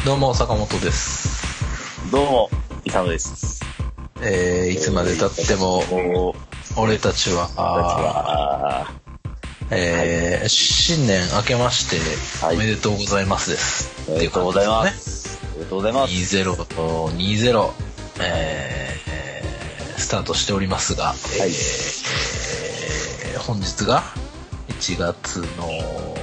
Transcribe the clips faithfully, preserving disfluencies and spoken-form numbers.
どうも坂本です。 どうも伊佐野です。 えー、いつまで経っても俺たちは、 はえーはい、新年明けましておめでとうございますです。 はい、おめでとうございます。おめでとうございます。 にせんにじゅう、えー、スタートしておりますが、はい、えー、本日がいちがつの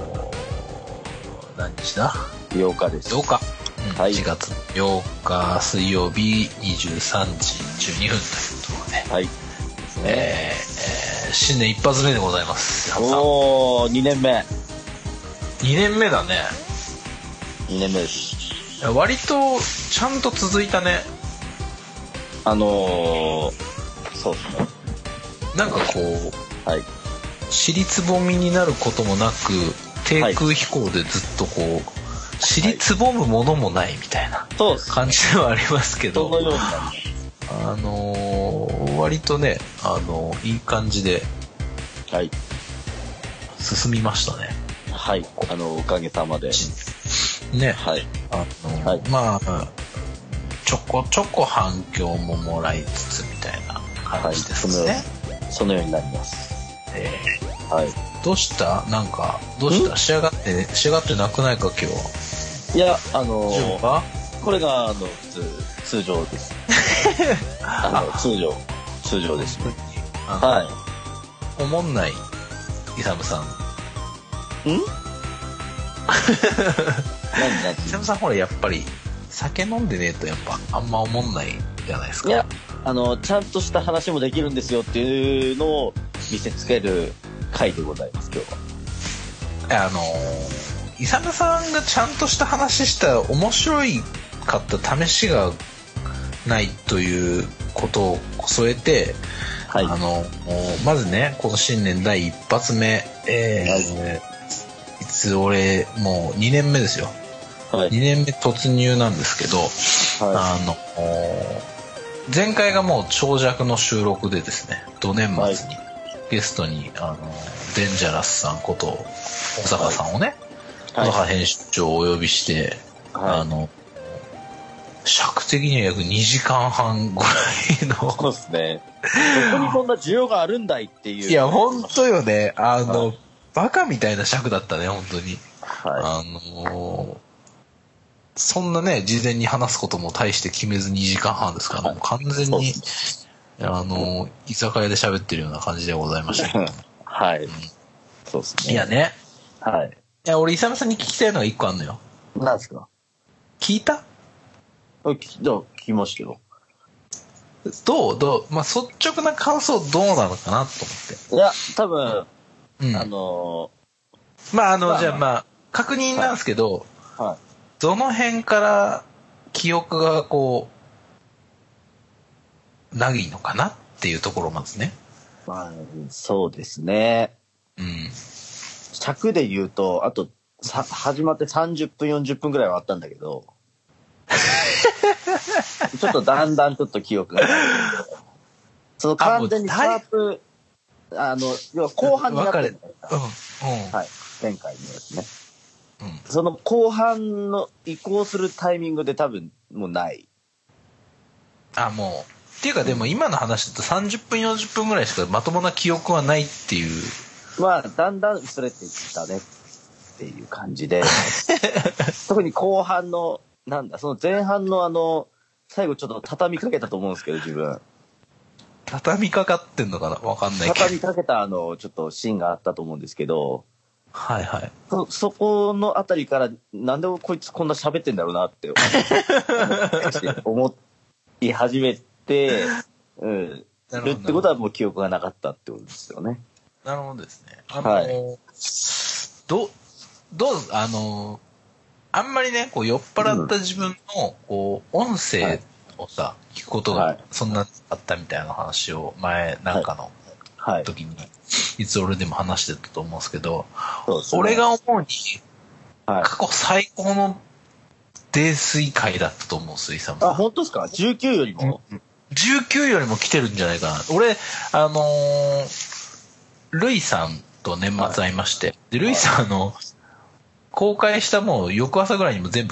何日だようかです。 ようか、うんはい、いちがつようか水曜日にじゅうさんじじゅうにふんということで、はいですねえーえー、新年一発目でございます。 おーにねんめにねんめだね。 にねんめです。 割とちゃんと続いたね。 あのー、そうですね。 なんかこう、 はい、 尻つぼみになることもなく低空飛行でずっとこう、はい、尻つぼむものもないみたいな感じではありますけど、 そのようになります。 あのー、割とね、あのー、いい感じで進みましたね。 はい、あのおかげさまでね、 はい、 あのーはい、まあちょこちょこ反響ももらいつつみたいな感じですね。 はい、そのようになります。 えー、はい。どうしたなんかどうした仕上がって仕上がってなくないか今日。 いやあのー、これがあの普通通常です。あの通常通常ですね。はい。 おもんないイサムさん。 ん？ 何何？イサムさんほらやっぱり酒飲んでねえとやっぱあんまおもんないじゃないですか。 いやあのちゃんとした話もできるんですよっていうのを見せつける回でございます今日は。 あのイサムさんがちゃんとした話した面白いかった試しがないということを添えて、はい、あのまずねこの新年第一発目、えーはい、いつ俺もうにねんめですよ、はい、にねんめ突入なんですけど、はい、あの前回がもう長尺の収録でですね同年末にゲストにあのデンジャラスさんこと小坂さんをね、小坂、はい、編集長をお呼びして、はい、あの尺的には約にじかんはんぐらいのそうですね。どこにこんな需要があるんだいっていう。 いや本当よね。あの、はい、バカみたいな尺だったね本当に。はい、あのそんなね事前に話すことも大して決めずにじかんはんですから、ね、はい、もう完全にあの居酒屋で喋ってるような感じでございましたけど。 はい。うん、そうですね。 いやね。 はい。 いや俺イサムさんに聞きたいのがいっこあんのよ。 なんですか？ 聞いた？ あ、聞き、聞きましたけど。 どうどうまあ率直な感想どうなのかなと思って。 いや多分、 うん、 あのー、まああの、まあ、じゃあまあ確認なんですけど、はいはい、どの辺から記憶がこうないのかなっていうところまずね。 まあそうですね。うん。尺で言うとあとさ始まってさんじゅっぷんよんじゅっぷんぐらいはあったんだけど。ちょっとだんだんちょっと記憶がその完全にシャープあの要は後半になってるんだから、うんうん、はい、前回のやつね、うん、その後半の移行するタイミングで多分もうないあもうっていうかでも今の話だとさんじゅっぷんよんじゅっぷんぐらいしかまともな記憶はないっていうまあだんだん薄れていったねっていう感じで特に後半のなんだその前半のあの最後ちょっと畳みかけたと思うんですけど自分畳みかかってんのかなわかんないけど畳みかけたあのちょっとシーンがあったと思うんですけどはいはいそ, そこのあたりからなんでこいつこんな喋ってんだろうなって思い始めて、うん、るってことはもう記憶がなかったってことですよね。 なるほどですね。あのーはい、どどうあのーあんまりねこう酔っ払った自分のこう音声をさ、はい、聞くことがそんなあったみたいな話を前なんかの時に、はい、いつ俺でも話してたと思うんですけど、はい、俺が思うに、はい、過去最高の泥酔会だったと思うんですよイサムさん。 あ本当ですか？じゅうきゅうよりも、 うん、じゅうきゅうよりも来てるんじゃないかな。俺あのー、ルイさんと年末会いまして、はい、でルイさんの公開したもう翌朝ぐらいにも全部聞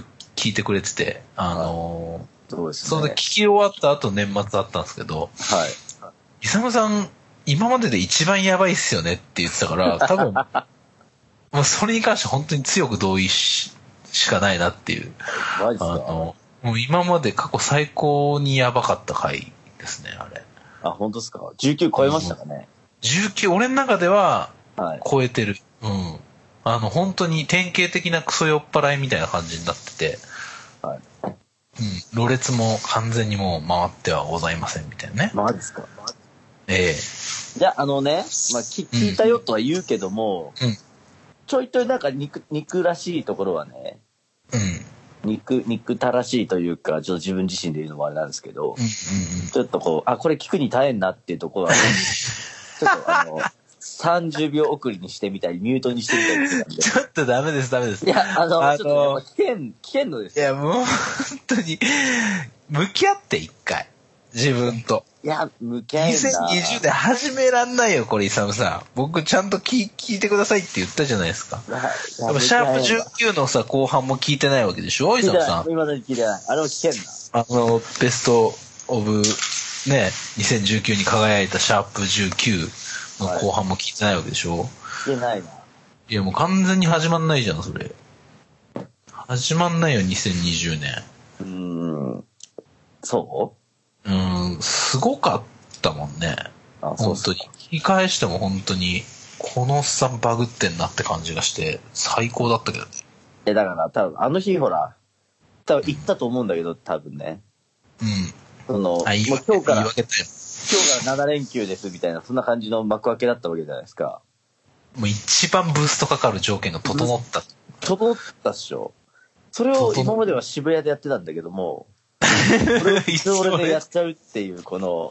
聞いてくれてて、あのー、 そうですね。 それで聞き終わった後年末あったんですけど、 はい。 イサムさん、今までで一番やばいっすよねって言ってたから、多分、もうそれに関して本当に強く同意し、しかないなっていう。 マジっすか？ あの、もう今まで過去最高にやばかった回ですね、あれ。 あ、本当ですか？じゅうきゅう超えましたかね？ じゅうきゅう、俺の中では、 はい。 超えてる。うん。あの、本当に典型的なクソ酔っ払いみたいな感じになってて、 はい。 うん。ろれつも完全にもう回ってはございませんみたいなね。 マジっすか？ ええ。 じゃあ、あのね、まあ、聞聞いたよとは言うけども、 うん。 ちょいとなんか肉、肉らしいところはね、 うん。 肉、肉たらしいというか、ちょっと自分自身で言うのもあれなんですけど、 うん。うん。 ちょっとこう、あ、これ聞くに耐えんなっていうところは、ね、ちょっとあの、さんじゅうびょう送りにしてみたり、ミュートにしてみたりしてたんで。 ちょっとダメです、ダメです。 いや、あの、 あのー、 ちょっと、危険、危険のですいや、もう、本当に、向き合って一回。自分と。 いや、向き合えんな。 にせんにじゅうねん始めらんないよ、これ、イサムさん。僕、ちゃんと聞聞いてくださいって言ったじゃないですか。でも、シャープじゅうきゅうのさ、後半も聞いてないわけでしょ、イサムさん。 今まで聞いてない。あれも危険な。 あの、ベストオブ、ね、にせんじゅうきゅうに輝いたシャープじゅうきゅうの後半も聞いてないわけでしょ。 聞いてないな。 いや、もう完全に始まんないじゃん、それ。始まんないよ、にせんにじゅうねん。 うーん。そううーん、すごかったもんね。 あ、そう本当に。聞き返しても本当に、このおっさんバグってんなって感じがして、最高だったけどね。 え、だから多分、あの日ほら、多分行ったと思うんだけど、多分ね。 うん。 その、もうあ、 今日から、 言い訳だよ。 今日からなな連休ですみたいな、そんな感じの幕開けだったわけじゃないですか。 もう一番ブーストかかる条件が整った。 整ったっしょ。それを今までは渋谷でやってたんだけども、これをいつ俺でやっちゃうっていう、この、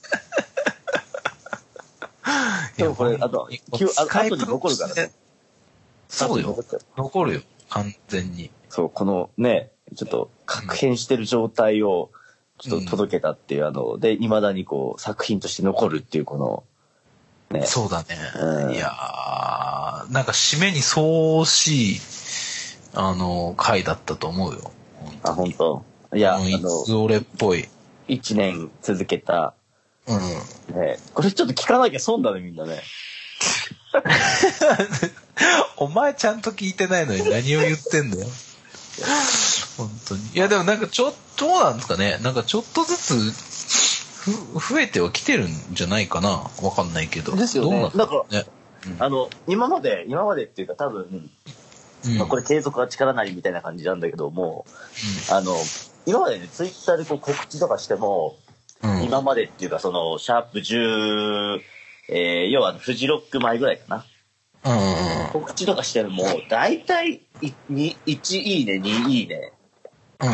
でもこれ、あと、あ後に残るからね。 そうよ。残るよ。完全に。 そう、このね、ちょっと、確変してる状態を、ちょっと届けたっていう、うん、あの、で、未だにこう、作品として残るっていう、この、 ね。そうだね。うん、いやー、なんか締めに相応しい、あの、回だったと思うよ。 あ、本当。いや、あの、 いつ俺っぽい。 一年続けた。 うん。 ね、これちょっと聞かなきゃ損だね、みんなね。 お前ちゃんと聞いてないのに何を言ってんだよ。本当に。いや、でもなんかちょっと、どうなんですかね。なんかちょっとずつ、ふ、増えては来てるんじゃないかな。わかんないけど。 ですよね。 どうなんだから、 ね、 うん、あの、今まで、今までっていうか多分、うんまあ、これ継続は力なりみたいな感じなんだけども、うん、あの、今までね、ツイッターでこう告知とかしても、うん、今までっていうかその、シャープじゅう、えー、要はフジロック前ぐらいかな。うん、告知とかしても、だいたいいちいいね、にいいね。うん、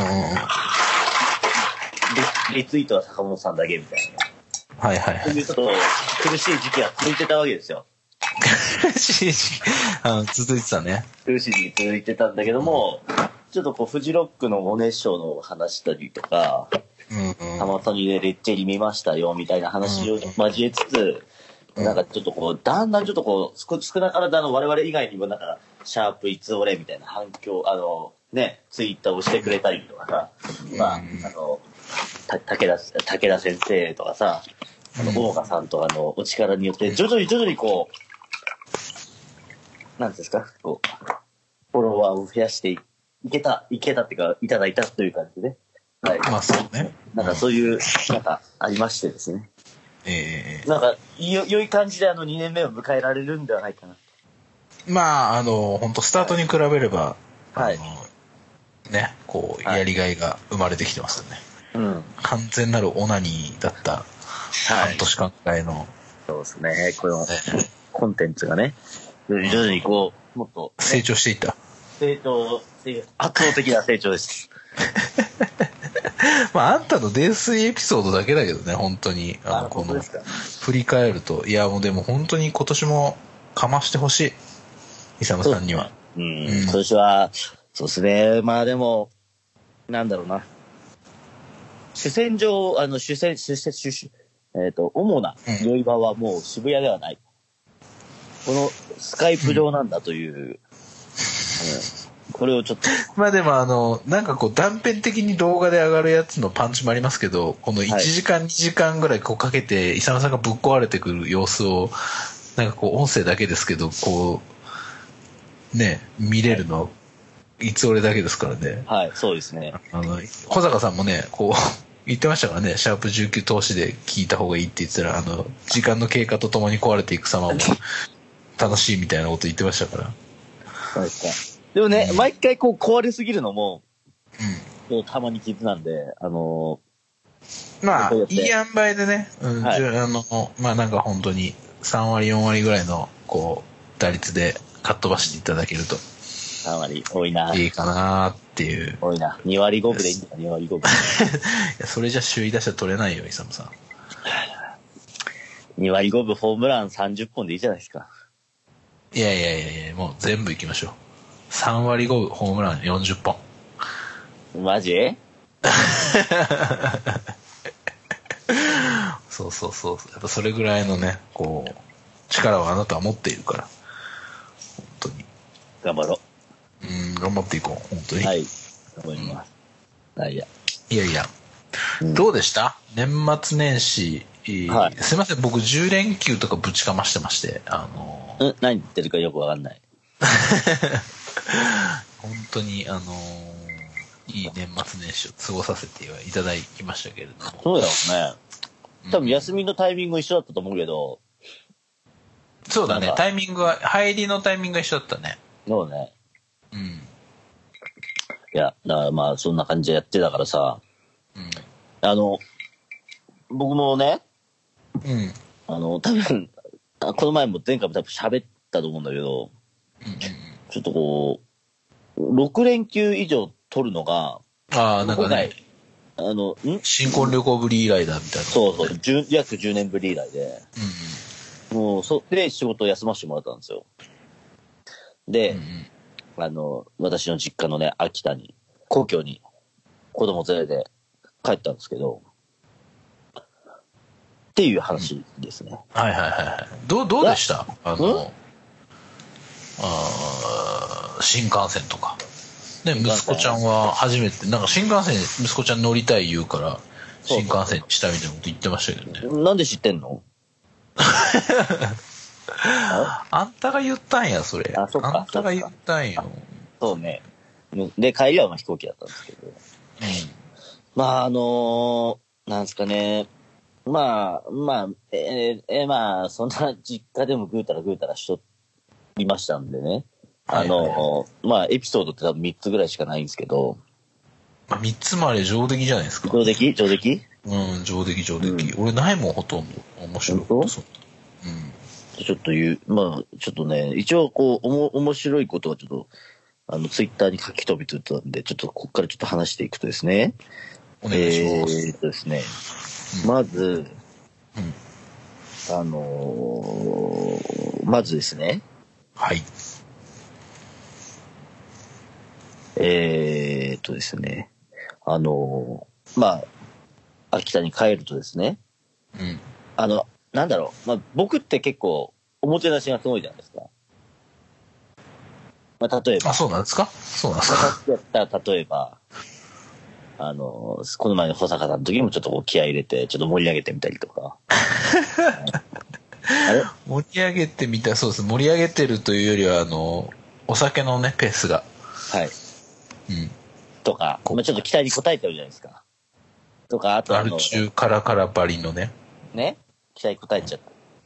リ, リツイートは坂本さんだけみたいな。はいはいはい。 そういうちょっと苦しい時期が続いてたわけですよ。 苦しい時期あ続いてたね。 苦しい時期続いてたんだけども、うん、ちょっとこうフジロックのお熱唱の話したりとか、うんうん、たまたまでレッチェリ見ましたよみたいな話を交えつつ、うん、なんかちょっとこうだんだんちょっとこう少少なからずあの我々以外にもなんかシャープいつ俺みたいな反響あのねツイッターをしてくれたりとかさ、うん、まああのた武田武田先生とかさ、あの大賀さんとかのお力によって徐々に徐々にこうなんですかこうフォロワーを増やしていけたいけたっていうかいただいたという感じで、ね。はい。 まあそうね。 なんかそういう、なんかありましてですね。 ええー。 なんか、よ、良い感じであのにねんめを迎えられるんではないかな。 まあ、あの、本当スタートに比べれば、 はい。 あのね、こう、やりがいが生まれてきてますよね。 はい、うん。 完全なるオナニーだった半年間くらいの。はい、 そうですね。この、コンテンツがね、徐々にこう、もっと、 ね、成長していった。 成長、圧倒的な成長です。 まあ、あんたの泥酔エピソードだけだけどね、本当に。あの、この、振り返ると。いや、もうでも本当に今年もかましてほしい。イサムさんには。 う、ね、うん。今年は、そうですね。まあでも、なんだろうな。主戦場、あの、主戦、主戦、主戦、えっと、主な酔い場はもう渋谷ではない。このスカイプ上なんだという、うんこれをちょっと。 まあでもあの、なんかこう断片的に動画で上がるやつのパンチもありますけど、このいちじかん、はい、にじかんぐらいこうかけて、イサムさんがぶっ壊れてくる様子を、なんかこう音声だけですけど、こう、ね、見れるの、はい、いつ俺だけですからね。 はい、そうですね。 あの、小坂さんもね、こう、言ってましたからね、シャープじゅうきゅう投資で聞いた方がいいって言ってたら、あの、時間の経過とともに壊れていく様も楽しいみたいなこと言ってましたから。 そうですか。でもね、うん、毎回こう壊れすぎるのも、うん、たまに聞いてたんで、あのー、まあ、いい塩梅でね、うん、はい、あの、まあなんか本当にさんわりよんわりぐらいの、こう、打率でかっ飛ばしていただけると。 さんわり多いな。 いいかなっていう。 多いな。にわりごぶでいいんだ、にわりごぶ。いや、それじゃ首位打者取れないよ、イサムさん。 にわりごぶホームランさんじゅっぽんでいいじゃないですか。 いやいやいやいや、もう全部行きましょう。さんわりごぶホームランよんじゅっぽん。 マジそうそうそう。やっぱそれぐらいのね、こう、力をあなたは持っているから。本当に。 頑張ろう。 うん、頑張っていこう、本当に。 はい。頑張ります。うん、いや。 いやいや。うん、どうでした？年末年始。はい、すいません、僕じゅうれんきゅうとかぶちかましてまして、あのー、ん何言ってるかよくわかんない。 本当に、あのー、いい年末年始を過ごさせていただきましたけれども。 そうだよね。多分休みのタイミング一緒だったと思うけど。 うん、そうだね、タイミングは、入りのタイミングが一緒だったね。 そうね。 うん。いや、だからまあ、そんな感じでやってたからさ。うん。あの、僕もね、 うん。 あの、多分、この前も前回も多分喋ったと思うんだけど、 うんうん、 ちょっとこう、ろくれんきゅう以上取るのが、 ああ、なんかね、 あの、ん新婚旅行ぶり以来だみたいな。 そうそう、約じゅうねんぶり以来で、うんうん、もう、それで仕事を休ませてもらったんですよ。で、うんうん、あの、私の実家のね、秋田に、故郷に子供連れで帰ったんですけど、っていう話ですね。 うん、はいはいはいはい。どう、どうでした？あの、あ新幹線とか。ね、息子ちゃんは初めて、なんか新幹線息子ちゃん乗りたい言うから、新幹線にしたみたいなこと言ってましたけどね。 なんで知ってんの？ あんたが言ったんや、それ。 あ、そっか。 あんたが言ったんよ。 そうね。で、帰りはまあ飛行機だったんですけど。うん、まあ、あのー、なんですかね。まあ、まあ、えー、えー、まあ、そんな実家でもぐうたらぐうたらしとりましたんでね。あのー、はいはいはい、まあ、エピソードって多分みっつぐらいしかないんですけど。 まあ、みっつもあれ上出来じゃないですか。 上出来上出来うん、上出来上出来。うん、俺ないもん、ほとんど。面白い。 本当？うん。ちょっと言う、まあ、ちょっとね、一応こう、おも、面白いことはちょっと、あの、ツイッターに書き飛びつつたんで、ちょっとここからちょっと話していくとですね。 お願いします。 えーっとですね、うん、まず、 うん、 あのー、まずですね。 はい。 えーっとですね、あのー、まあ、秋田に帰るとですね、 うん。 あの、なんだろう、まあ、僕って結構、おもてなしがすごいじゃないですか。まあ、例えば。 あ、そうなんですか？そうなんですか？ やった例えば、あの、この前の保坂さんの時もちょっとこう気合い入れて、ちょっと盛り上げてみたりとか。 あれ盛り上げてみた、そうです。盛り上げてるというよりは、あの、お酒のね、ペースが。 はい。 うん。 とか、まあ、ちょっと期待に応えてるじゃないですか。とか、あとあの、アル中カラカラバリのね。 ね。期待に応えちゃった。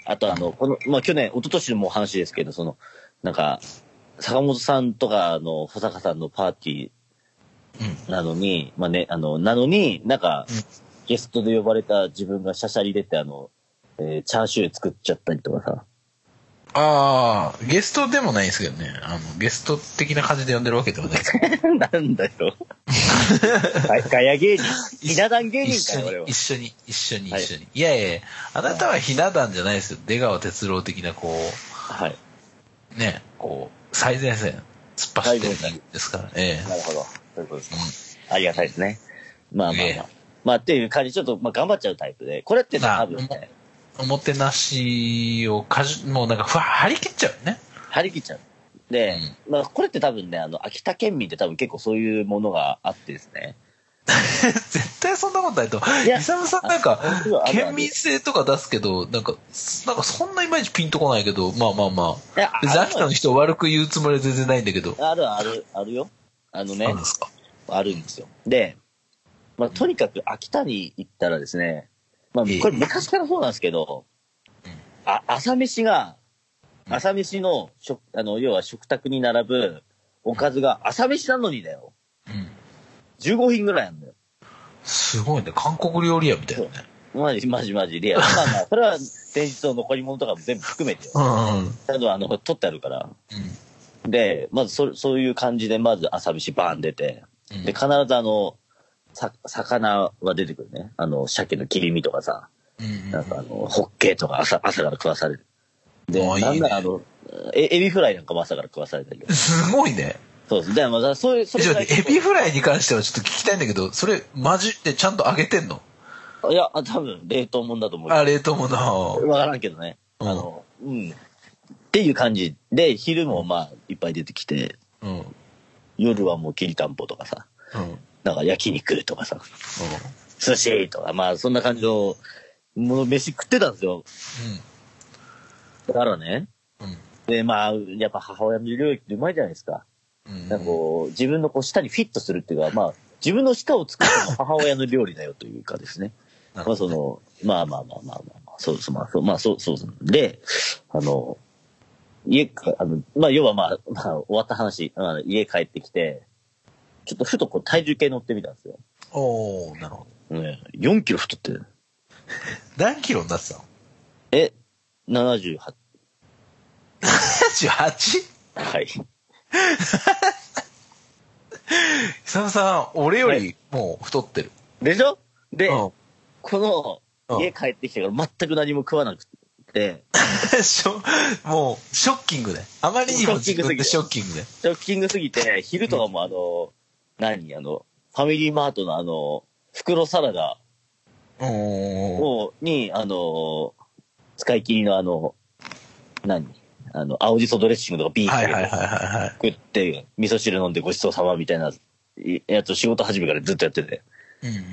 あとあの、この、まあ、去年、一昨年のもう話ですけど、その、なんか、坂本さんとかの保坂さんのパーティーなのに、うん、まあね、あの、なのに、なんか、うん、ゲストで呼ばれた自分がシャシャリ出て、あの、えー、チャーシュー作っちゃったりとかさ。 ああ、ゲストでもないんですけどね。あの、ゲスト的な感じで呼んでるわけではないですけど。 なんだよ。ガヤ芸人。ひな壇芸人かよ、俺は。 一緒に、一緒に、一緒に、一緒に。いやいやいや、あなたはひな壇じゃないですよ。出川哲朗的な、こう、 はい。 ね、こう、最前線、突っ走ってるんですから。ええ。 なるほど。そういうことですか。うん、ありがたいですね。まあまあまあ。ええ、まあっていう感じ、ちょっと、まあ頑張っちゃうタイプで。これって多分ね。 おもてなしをかじ、もうなんか、ふわ、張り切っちゃうね。 張り切っちゃう。 で、うん、まあこれって多分ね、あの、秋田県民って多分結構そういうものがあってですね。 絶対そんなことないと。イサムさんなんか、県民性とか出すけど、なんか、なんかそんなイメージピンとこないけど、まあまあまあ。別に秋田の人を悪く言うつもりは全然ないんだけど。 あるある、あるよ。あのね。 あるんですか？ あるんですよ。で、まあとにかく秋田に行ったらですね、まあこれ昔からそうなんですけど、えー、あ、朝飯が、朝飯の食、あの、要は食卓に並ぶおかずが朝飯なのにだよ。うん。じゅうごひんぐらいあるんだよ。 すごいね。韓国料理屋みたいなね。 マジマジマジリアル。まあまあ、それは前日の残り物とかも全部含めてよ。うんうん。ちゃんとあの、取ってあるから。うん。で、まずそ、そういう感じで、まず朝飯バーン出て、うん、で、必ずあの、さ、魚は出てくるね。あの、鮭の切り身とかさ、うんうんうん、なんかあの、ホッケとか朝、朝から食わされる。で、なんだあの、え、エビフライなんかも朝から食わされたけど。 すごいね。 そうです。でも、まあ、そういう、それぐらい。 エビフライに関してはちょっと聞きたいんだけど、それ、マジでちゃんと揚げてんの？ いや、多分、冷凍もんだと思う。 あ、冷凍もんだ。 わからんけどね。うん、あの、うん。っていう感じで、昼もまあ、いっぱい出てきて、うん、夜はもうきりたんぽとかさ、うん、なんか焼肉とかさ、うん、寿司とか、まあ、そんな感じの、もの、飯食ってたんですよ。うん。だからね、うん、で、まあ、やっぱ母親の料理ってうまいじゃないですか。うん、なんかこう、自分のこう舌にフィットするっていうか、まあ、自分の舌を作ったの母親の料理だよというかですね。まあその、まあまあまあまあまあ、そうです、まあそう、まあそう、そうで、あの、家か、あの、まあ要はまあ、まあ終わった話、まあ、家帰ってきて、ちょっとふとこう体重計乗ってみたんですよ。 おー、なるほど。ね、よんキロ太ってる。 何キロになってたの？ え、ななじゅうはち。 ななじゅうはち？ はい。 久々さん、俺よりもう太ってる。 でしょ？で、うん、この、家帰ってきてから全く何も食わなくて。 もう、ショッキングで。あまりにも自分でショッキングで。 ショッキングすぎて、昼とかもあの、何あの、ファミリーマートのあの、袋サラダを、に、あの、使い切りのあの、何あの、青じそドレッシングとかビーフ食って、味噌汁飲んでごちそうさまみたいなやつを仕事始めからずっとやってて。うんうん、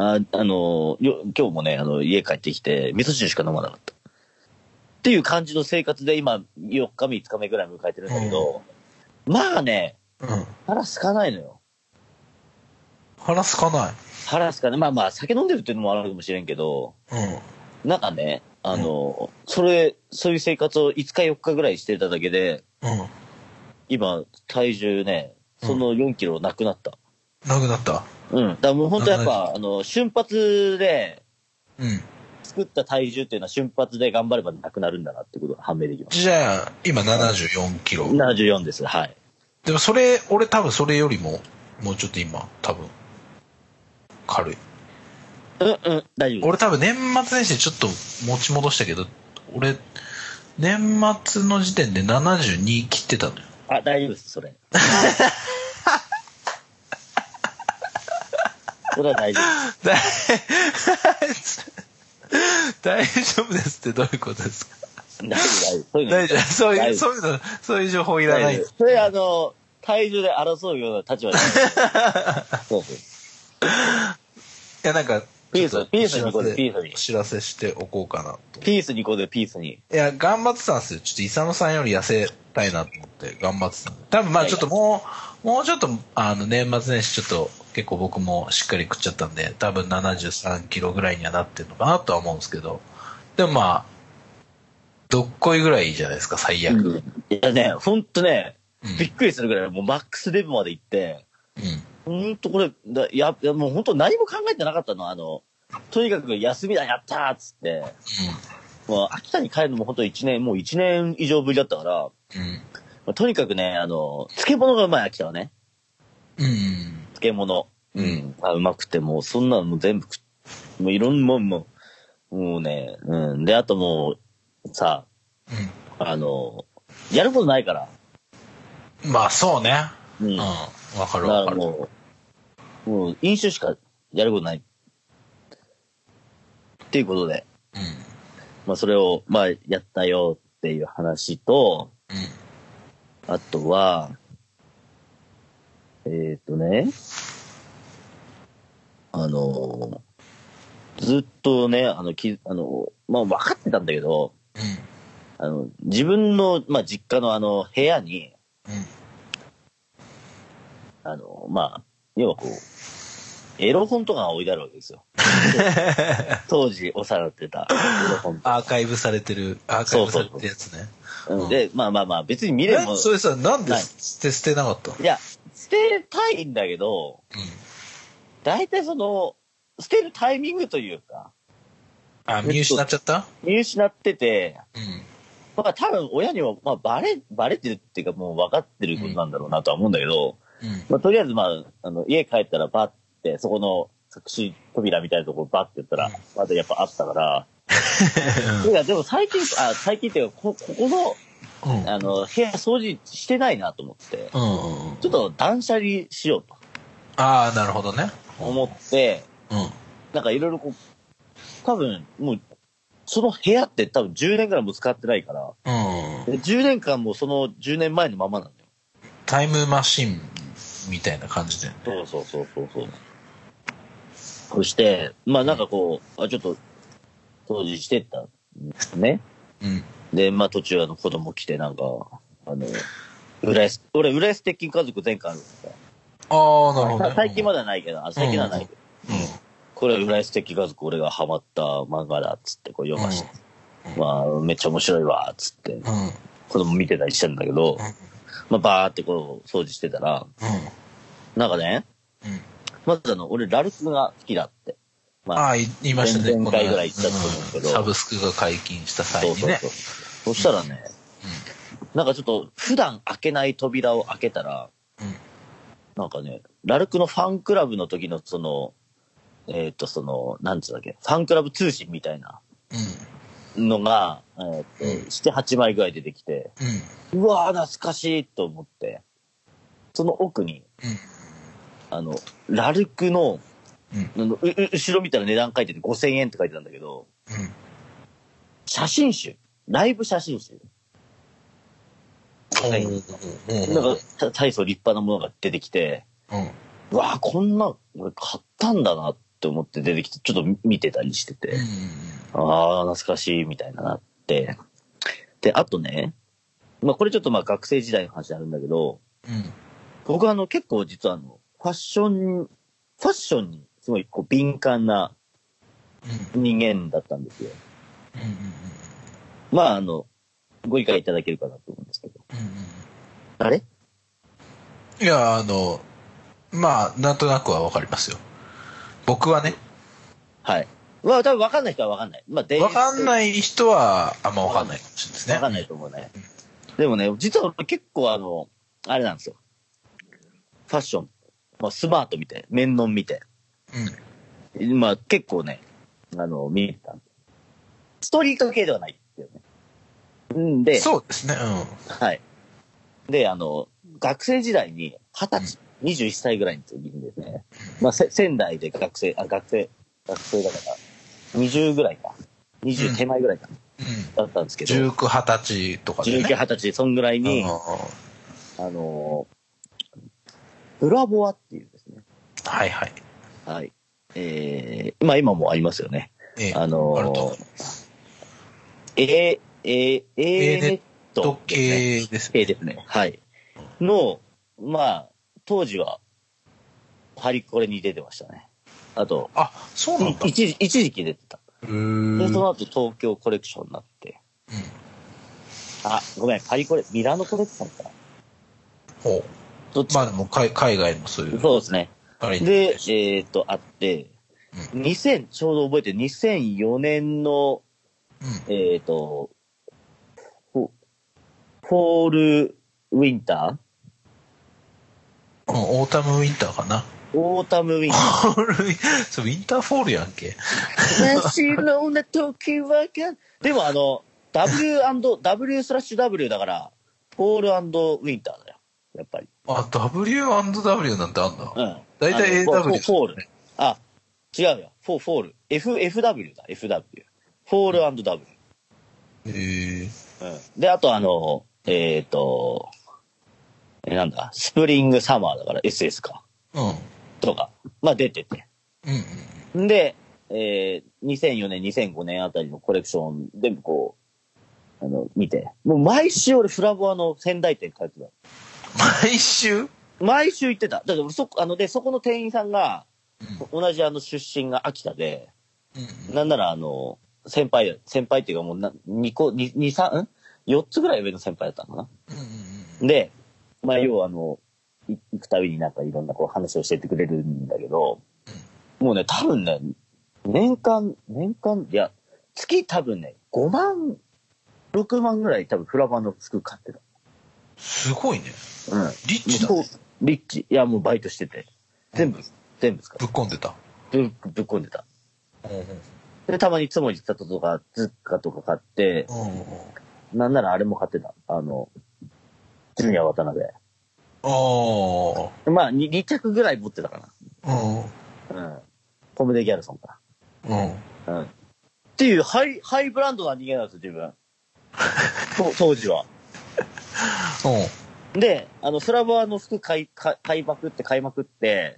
あ, あのよ今日もねあの家帰ってきて味噌汁しか飲まなかったっていう感じの生活で今よっかめいつかめぐらい迎えてるんだけど、うん、まあね、うん、腹すかないのよ。 腹すかない腹すかない。まあまあ酒飲んでるっていうのもあるかもしれんけど、うん、なんかねあの、うん、それそういう生活をいつかよっかぐらいしてただけで、うん、今体重ねそのよんキロなくなった、 うん、なくなったうん。だからもう本当やっぱ、あの、瞬発で、うん。作った体重っていうのは瞬発で頑張ればなくなるんだなってことが判明できます。 じゃあ、今ななじゅうよんキロ。 ななじゅうよんです。はい。 でもそれ、俺多分それよりも、もうちょっと今、多分、軽い。 うんうん、大丈夫。 俺多分年末年始でちょっと持ち戻したけど、俺、年末の時点でななじゅうに切ってたのよ。 あ、大丈夫です、それ。それは大丈夫。 大丈夫ですってどういうことですか？ 大丈夫、 大丈夫。そういう、そういうの、そういう情報いらない。 それあの、体重で争うような立場じゃない。そうそう。いや、なんか、 ピース、ピースにこで、ピースに。 お知らせしておこうかなと。 ピースにこで、ピースに。 いや、頑張ってたんですよ。ちょっとイサムさんより痩せたいなと思って頑張ってたんで。多分まあちょっともう、もうちょっと、あの、年末年始ちょっと結構僕もしっかり食っちゃったんで、多分ななじゅうさんキロぐらいにはなってるのかなとは思うんですけど、でもまあ、どっこいぐらいいいじゃないですか、最悪。うん、 いやね、ほんとね、うん、びっくりするぐらい、もうマックスデブまで行って、うん、ほんとこれ、だいや、いやもうほんと何も考えてなかったの、あの、とにかく休みだ、やったーっつって、うん、もう秋田に帰るのもほんと一年、もう一年以上ぶりだったから、うんまあ、とにかくね、あの、漬物がうまい、秋田はね。うん。漬物。うん。あうまくて、もうそんなのもう全部食っ、もういろんなもんも、もうね、うん。で、あともう、さ、うん、あの、やることないから。 まあそうね。うん。わ、うん、かるわかる。 もう、もう飲酒しかやることない。っていうことで。うん。まあそれを、まあやったよっていう話と、うん。 あとは、えーっとね、あの、ずっとね、あの、き、あの、まあ、分かってたんだけど、 うん。 あの、自分の、まあ、実家のあの、部屋に、 うん。 あの、まあ、要はこう、エロ本とかが置いてあるわけですよ。当時、おさらってたエロ本とか。 アーカイブされてる、アーカイブされてるやつね。 そうそうそう。で、まあまあまあ、別に見れも。 それさ、なんで捨て捨てなかったの？ いや、捨てたいんだけど、うん、大体その、捨てるタイミングというか。 あ、見失っちゃった？ 見失ってて、 うん。 まあ多分親にも、まあバレ、バレてるっていうかもう分かってることなんだろうなとは思うんだけど、うん、まあとりあえずまあ、あの、家帰ったらバッて、そこの隠し扉みたいなところバッて言ったら、うん、まだやっぱあったから、いや、でも最近、あ、最近っていうか、こ、ここの、うん、あの、部屋掃除してないなと思って、うんうんうん、ちょっと断捨離しようと。 ああ、なるほどね。 思って、うん、なんかいろいろこう、多分、もう、その部屋って多分じゅうねんぐらいも使ってないから、うん、でじゅうねんかんもそのじゅうねんまえのままなんだよ。 タイムマシンみたいな感じで。 そうそうそうそうそう。そして、まあなんかこう、うん、あちょっと、掃除してったんですね。うん。で、まあ途中あの子供来てなんか、あの、浦安、俺浦安鉄筋家族前回あるんですよ。 ああ、なるほど、ね。 最近まだないけど、最近はないけど。うん。うん、これ浦安鉄筋家族俺がハマった漫画だっつってこう読まして。うん、まあめっちゃ面白いわっつって、うん、子供見てたりしてるんだけど、うん、まあバーってこう掃除してたら、うん、なんかね、うん、まずあの、俺ラルクが好きだって。 まあ、ああ、言いましたね。 前回ぐらい言ったと思うんですけど、 うん。サブスクが解禁した際にね。そうそうそう。 そしたらね、うん、なんかちょっと普段開けない扉を開けたら、うん、なんかね、ラルクのファンクラブの時のその、えっと、その、なんつうんだっけ、ファンクラブ通信みたいなのが、うん、えっと、なな、はちまいぐらい出てきて、うん、うわー懐かしいと思って、その奥に、うん、あの、ラルクの、うん、う後ろ見たら値段書いててごせんえんって書いてたんだけど、うん、写真集、ライブ写真集。はい、なんか大層立派なものが出てきて、うん、うわあこんな俺買ったんだなって思って出てきてちょっと見てたりしてて、うん、ああ懐かしいみたいななって、であとね、まあこれちょっとまあ学生時代の話あるんだけど、うん、僕はあの結構実はあのファッションファッションにすごいこう敏感な人間だったんですよ。うんうんうん、まああのご理解いただけるかなと思うんですけど。うんうん、あれ？ いや、あの、まあ、なんとなくはわかりますよ。僕はね。 はい。まあ、多分わかんない人はわかんない。まあ、 わかんない人は、あんまわかんないかもしれないですね。 わかんないと思うね。うん、でもね、実は結構あの、あれなんですよ。ファッション。まあ、スマート見て、面ン見て。うん。まあ、結構ね、あの、見てた。ストリート系ではないっていうね。うんで、 そうですね、うん。 はい。で、あの、学生時代に、二十歳、うん、にじゅういっさいぐらいの時にですね、まあ、仙台で学生、あ、学生、学生だから、にじゅうぐらいか。にじゅう手前ぐらいかな。うん、だったんですけど。 じゅうきゅう、はたちとかでね。 じゅうきゅう、はたち、そんぐらいに、あの、ブラボアっていうですね。 はいはい。 はい。えー、まあ今もありますよね。 ええ、 あのあるとえー、えー、えー、ネット系ですね。系ですね。はい。の、まあ、当時は、パリコレに出てましたね。あと、 あ、そうなんだ。 一時、一時期出てた。で、その後東京コレクションになって。うん。あ、ごめん、パリコレ、ミラノコレクションか。 ほう。どっちまあでも海外もそういう。 そうですね。で、えっと、あって、うん、にせん、ちょうど覚えてる、にせんよねんの、うん、えっと、フォールウィンター、うん、オータムウィンターかな。 オータムウィンター。そう、ウィンターフォールやんけ。 のな時はか。でもあの、W& W スラッシュ W だから、フォール&ウィンターだよ。やっぱり。 あ、ダブリューアンドダブリュー なんてあんだ。 うん。 だいたい エーダブリュー。 フォール。あ、違うよ。フォー、フォール。F、エフダブリュー だ。エフダブリュー。フォール&ダブリュー。 へえ。 うん。で、あとあの、えっと、 え、なんだ、スプリングサマーだから エスエス か。 うん。 とか、まあ出てて。 うんうん。で、えー、にせんよねん、にせんごねんあたりのコレクション全部こう、あの、見て。もう毎週俺フラボアの仙台店通ってた。 毎週毎週行ってた。だからそ、あの、で、そこの店員さんが、うん、同じあの出身が秋田で、うん、なんならあの、先輩、先輩っていうかもうな、にこ、に、に、さん、よっつぐらい上の先輩だったのかな。うん、で、まあ要はあの、行くたびになんかいろんなこう話をしてってくれるんだけど、うん、もうね、多分ね、年間、年間、いや、月多分ね、ごまん、ろくまんぐらい多分フラバの服買ってた。 すごいね。 うん。 リッチだね。 リッチ。いや、もうバイトしてて。全部、うん、全部使う。 ぶっ込んでた。 ぶ、ぶっ込んでた。うんうん、で、たまにつもり里とか、ズッカとか買って、うんうん、なんならあれも買ってた。あの、ジュニア渡辺。ああ。まあ、に、に着ぐらい持ってたかな。うん。うん。コムデギャルソンか。うん。うん。っていう、ハイ、ハイブランドな人間なんですよ、自分。当時は。うん。で、あの、フラボアの服買い、買いまくって買いまくって、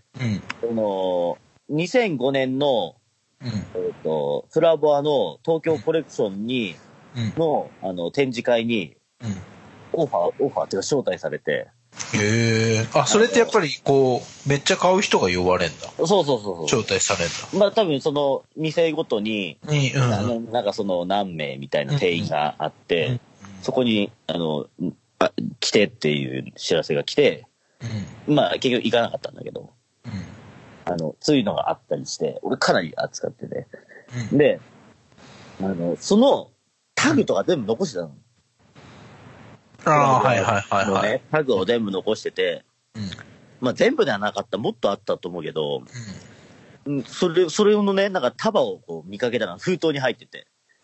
うん。その、にせんごねんの、うん、えっと、フラボアの東京コレクションに、うん、の、あの、展示会に、うん、オファー、オファーっていうか招待されて。 へえ。あ、それってやっぱりこう、めっちゃ買う人が呼ばれんだ。 そうそうそうそう。 招待されんだ。 まあ多分その、店ごとに、にうん、あのなんかその何名みたいな定員があって、うん、そこに、あの、あ、来てっていう知らせが来て、うん、まあ結局行かなかったんだけど、うん、あの、そういうのがあったりして、俺かなり扱ってて、うん、で、あの、そのタグとか全部残してたの。 ああ、はいはいはいはい。 ね、タグを全部残してて、うん、まあ全部ではなかった、もっとあったと思うけど、うん、それ、それのね、なんか束をこう見かけたら封筒に入ってて、うん、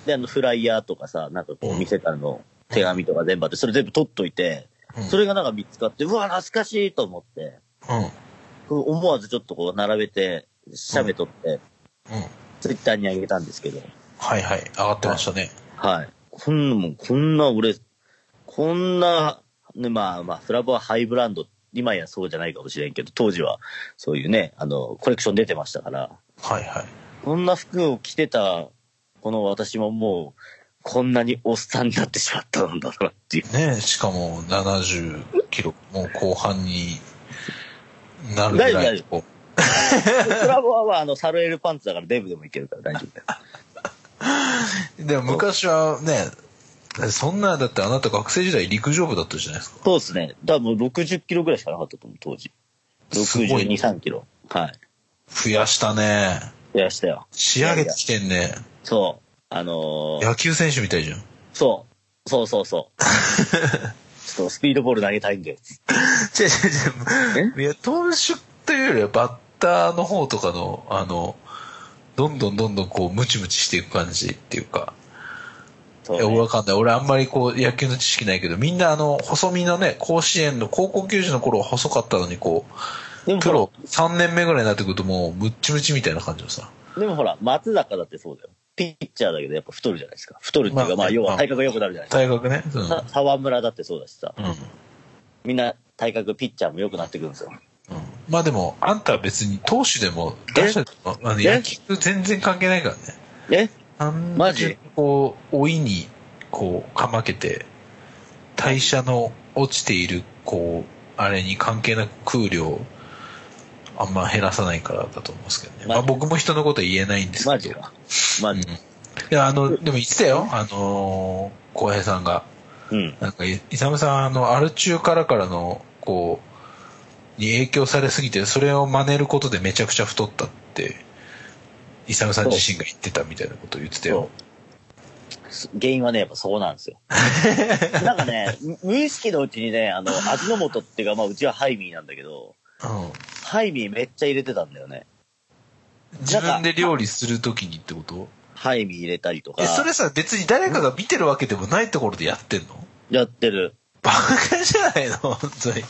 で、あのフライヤーとかさ、なんかこう見せたの、手紙とか全部あって、それ全部取っといて、うん、それがなんか見つかって、うわ、懐かしいと思って、うん、思わずちょっとこう並べて、写メ撮って、うんうん、ツイッターに上げたんですけど。 はいはい、上がってましたね。 はい。はい、こんなもん、こんな俺、こんな、ね、まあまあ、フラボはハイブランド、今やそうじゃないかもしれんけど、当時はそういうね、あの、コレクション出てましたから。 はいはい。 こんな服を着てた、この私ももう、こんなにおっさんになってしまったんだなっていう。 ねえ、しかもななじゅっキロ、もう後半になるぐらい。大丈夫、 フラボはあの、サルエルパンツだからデブでもいけるから大丈夫だよ。 でも昔はね、そんな、だってあなた学生時代陸上部だったじゃないですか。 そうですね。多分ろくじゅっキロぐらいしかなかったと思う、当時。ろくじゅうに、さんキロ。はい。 増やしたね。 増やしたよ。 仕上げてきてんね。 そう。あのー、 野球選手みたいじゃん。 そう。そうそうそう。ちょっとスピードボール投げたいんで。違う違う違う。いや、投手というよりはバッターの方とかの、あの、どんどんどんどんこう、ムチムチしていく感じっていうか。そうね、いや、わかんない。俺あんまりこう、野球の知識ないけど、みんなあの、細身のね、甲子園の高校球児の頃は細かったのに、こう、プロさんねんめぐらいになってくるともう、ムッチムチみたいな感じのさ。 でもほら、松坂だってそうだよ。ピッチャーだけどやっぱ太るじゃないですか。太るっていうか、まあ、まあ、要は体格が良くなるじゃないですか。 体格ね。 うん、沢村だってそうだしさ。うん、みんな体格、ピッチャーも良くなってくるんですよ。 うん、まあでも、あんたは別に投手でも、打者でも、あの野球全然関係ないからね。 えあんマジこう、老いに、こう、かまけて、代謝の落ちている、こう、あれに関係なく空量、あんま減らさないからだと思うんですけどね。まあ僕も人のことは言えないんですけど。 マジか。マジ、うん、いや、あの、でも言ってたよ。あのー、浩平さんが。うん。なんか、イサムさん、あの、アル中からからの、こう、に影響されすぎて、それを真似ることでめちゃくちゃ太ったって、イサムさん自身が言ってたみたいなことを言ってたよ。 原因はね、やっぱそうなんですよ。なんかね、無意識のうちにね、あの、味の素っていうか、まあ、うちはハイミーなんだけど、うん、ハイミーめっちゃ入れてたんだよね。 自分で料理するときにってこと？ ハイミー入れたりとか。 え、それさ、別に誰かが見てるわけでもないところでやってんの？ やってる。 バカじゃないの本当に。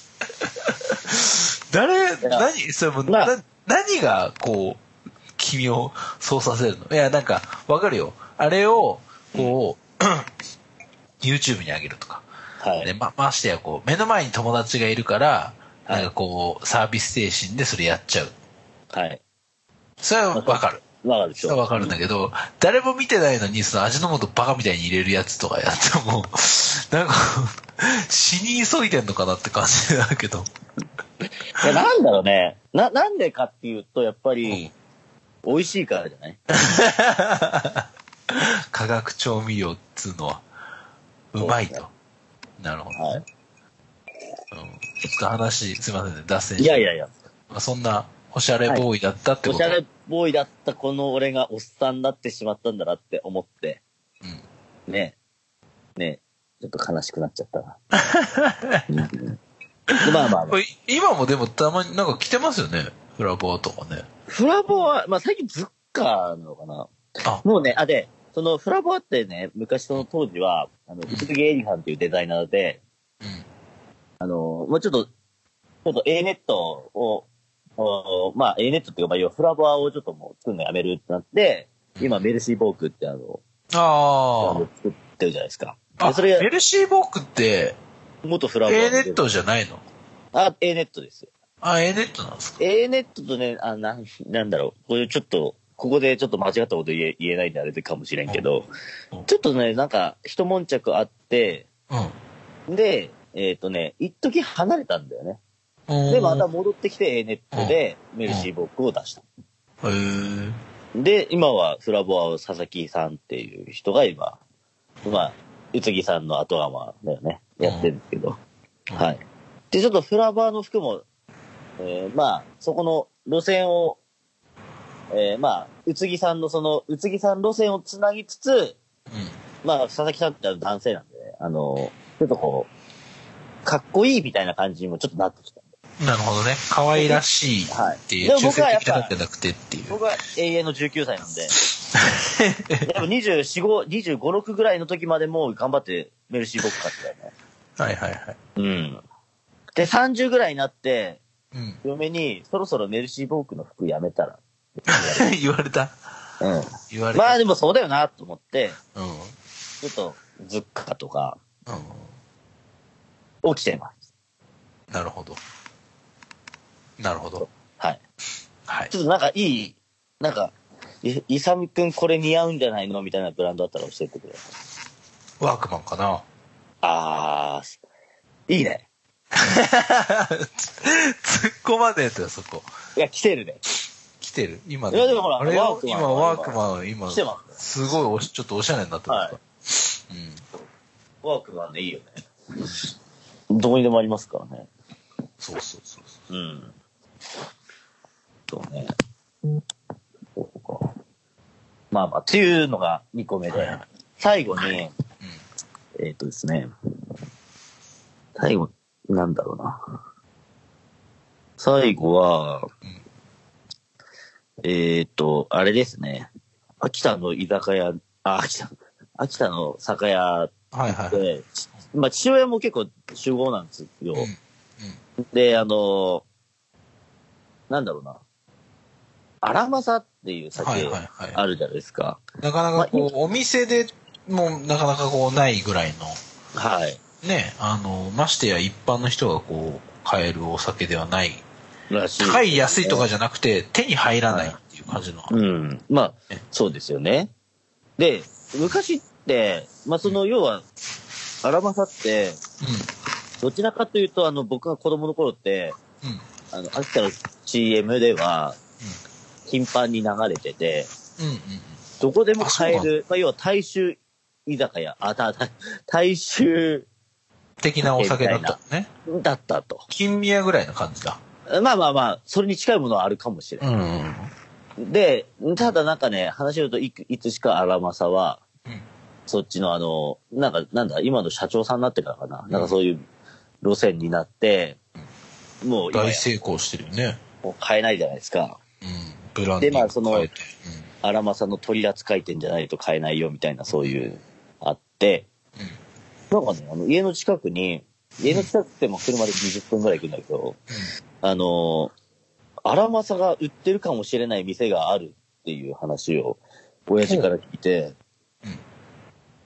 誰、何、それも、な、何が、こう、君をそうさせるの？いや、なんか、わかるよ。あれを、こう、うん、YouTube に上げるとか。 はい。 で、ま、ましてやこう、目の前に友達がいるから、なんかこう、サービス精神でそれやっちゃう。 はい。 それはわかる。 わかるでしょ。 それはわかるんだけど、誰も見てないのに、その味の素バカみたいに入れるやつとかやっても、なんか、死に急いでんのかなって感じだけど。 いや、なんだろうね。な、なんでかっていうと、やっぱり、美味しいからじゃない？ 化学調味料っつうのは、うまいと。なるほど、ね。はい。うん。ちょっと話、すいませんね、脱線して。 いやいやいや。 まあ、そんな、おしゃれボーイだったってこと、 はい、おしゃれボーイだったこの俺がおっさんになってしまったんだなって思って。うん。ねえ。ねえ。ちょっと悲しくなっちゃったな。うん、まあまあ、まあ。 今もでもたまになんか来てますよね。フラボーとかね。 フラボーは、まあ最近ズッカーなのかな。あもうね、あ、で、そのフラボーってね、昔その当時は、あの、宇津木エリさんっていうデザイナーで、うん、あの、もうちょっと、ちょっと A ネットを、まあ A ネットっていうか、まあ、フラボアをちょっともう作るのやめるってなって、今メルシーボークってあの、ああ。作ってるじゃないですか。 あ、それメルシーボークって、 元フラボア。 A ネットじゃないの？ あ、A ネットです。 あ、A ネットなんですか？ A ネットとね、あ、なん、なんだろう。これちょっと、ここでちょっと間違ったこと言え、言えないんであれでかもしれんけど、うん、ちょっとね、なんか、一悶着あって、うん、で、えっ、ー、とね、一時離れたんだよね。で、また戻ってきて A ネットでメルシーボックを出した。へー。で、今はフラボアを佐々木さんっていう人が今、まあ、宇津木さんの後釜だよね、やってるんですけど。はい。で、ちょっとフラボアの服も、えー、まあ、そこの路線を、えー、まあ、宇津木さんのその、宇津木さん路線をつなぎつつ、うん、まあ、佐々木さんって男性なんで、ね、あの、ちょっとこう、かっこいいみたいな感じにもちょっとなってきた。なるほどね。可愛らしいっていう、はい、中性的なんじゃなくてっていう。 僕は永遠のじゅうきゅうさいなんで。でもにじゅうよん、ご、にじゅうご、ろくぐらいの時までも頑張ってメルシーボック買ってたよね。 はいはいはい。 うん。で、さんじゅうぐらいになって、うん、嫁にそろそろメルシーボックの服やめたら。 言われた。 うん。言われた。まあでもそうだよなと思って、うん。ちょっと、ズッカとか、うん。起きてます。 なるほど。なるほど。 はい。はい。ちょっとなんかいい、なんか、い、いさみくんこれ似合うんじゃないのみたいなブランドあったら教えてくれ。 ワークマンかな。 あー、いいね。 突っ込まねえとよ、そこ。 いや、来てるね。 来てる今いや、でもほら、 あれよ、今、ワークマン、今、 来てます、 ね、すごいおし、ちょっとおしゃれになってますか、はい、 うん。ワークマンね、いいよね。どこにでもありますからね。 そうそうそうそう。うん。 そうね。そうか。まあまあ、っていうのがにこめで、はいはい、最後に、はい、うん、えっ、ー、とですね、最後、なんだろうな。最後は、うん、えっ、ー、と、あれですね、秋田の居酒屋、あ、秋田、秋田の酒屋で、はいはい、まあ父親も結構集合なんですよ。うんうん、で、あの、なんだろうな。荒政っていう酒あるじゃないですか。はいはいはい、 なかなかこう、まあ、お店でもなかなかこうないぐらいの。 はい。 ね、あの、ましてや一般の人がこう、買えるお酒ではない。らしい、ね。高い安いとかじゃなくて、手に入らないっていう感じの。はい、 うん。まあ、ね、そうですよね。で、昔って、まあその、要は、荒政って、うん、どちらかというと、あの、僕が子供の頃って、うん、あの、秋田の シーエム では、頻繁に流れてて、うんうんうん、どこでも買える、まあ、要は大衆居酒屋、あ、た、た、大衆的なお酒だったね。 だったと。 金宮ぐらいの感じだ。 まあまあまあ、それに近いものはあるかもしれない。うんうん、で、ただなんかね、話を言うとい、いつしか荒政は、うん、そっちのあの、なんか、なんだ、今の社長さんになってからかな。うん、なんかそういう路線になって、 うん、もう大成功してるよね。 もう買えないじゃないですか。 うん、ブランディング変えて。で、まあその、 荒政の取扱店じゃないと買えないよみたいなそういう、あって、うん、なんかね、あの、家の近くに、家の近くっても車でにじゅっぷんぐらい行くんだけど、うん、あの、荒政が売ってるかもしれない店があるっていう話を、親父から聞いて、うん、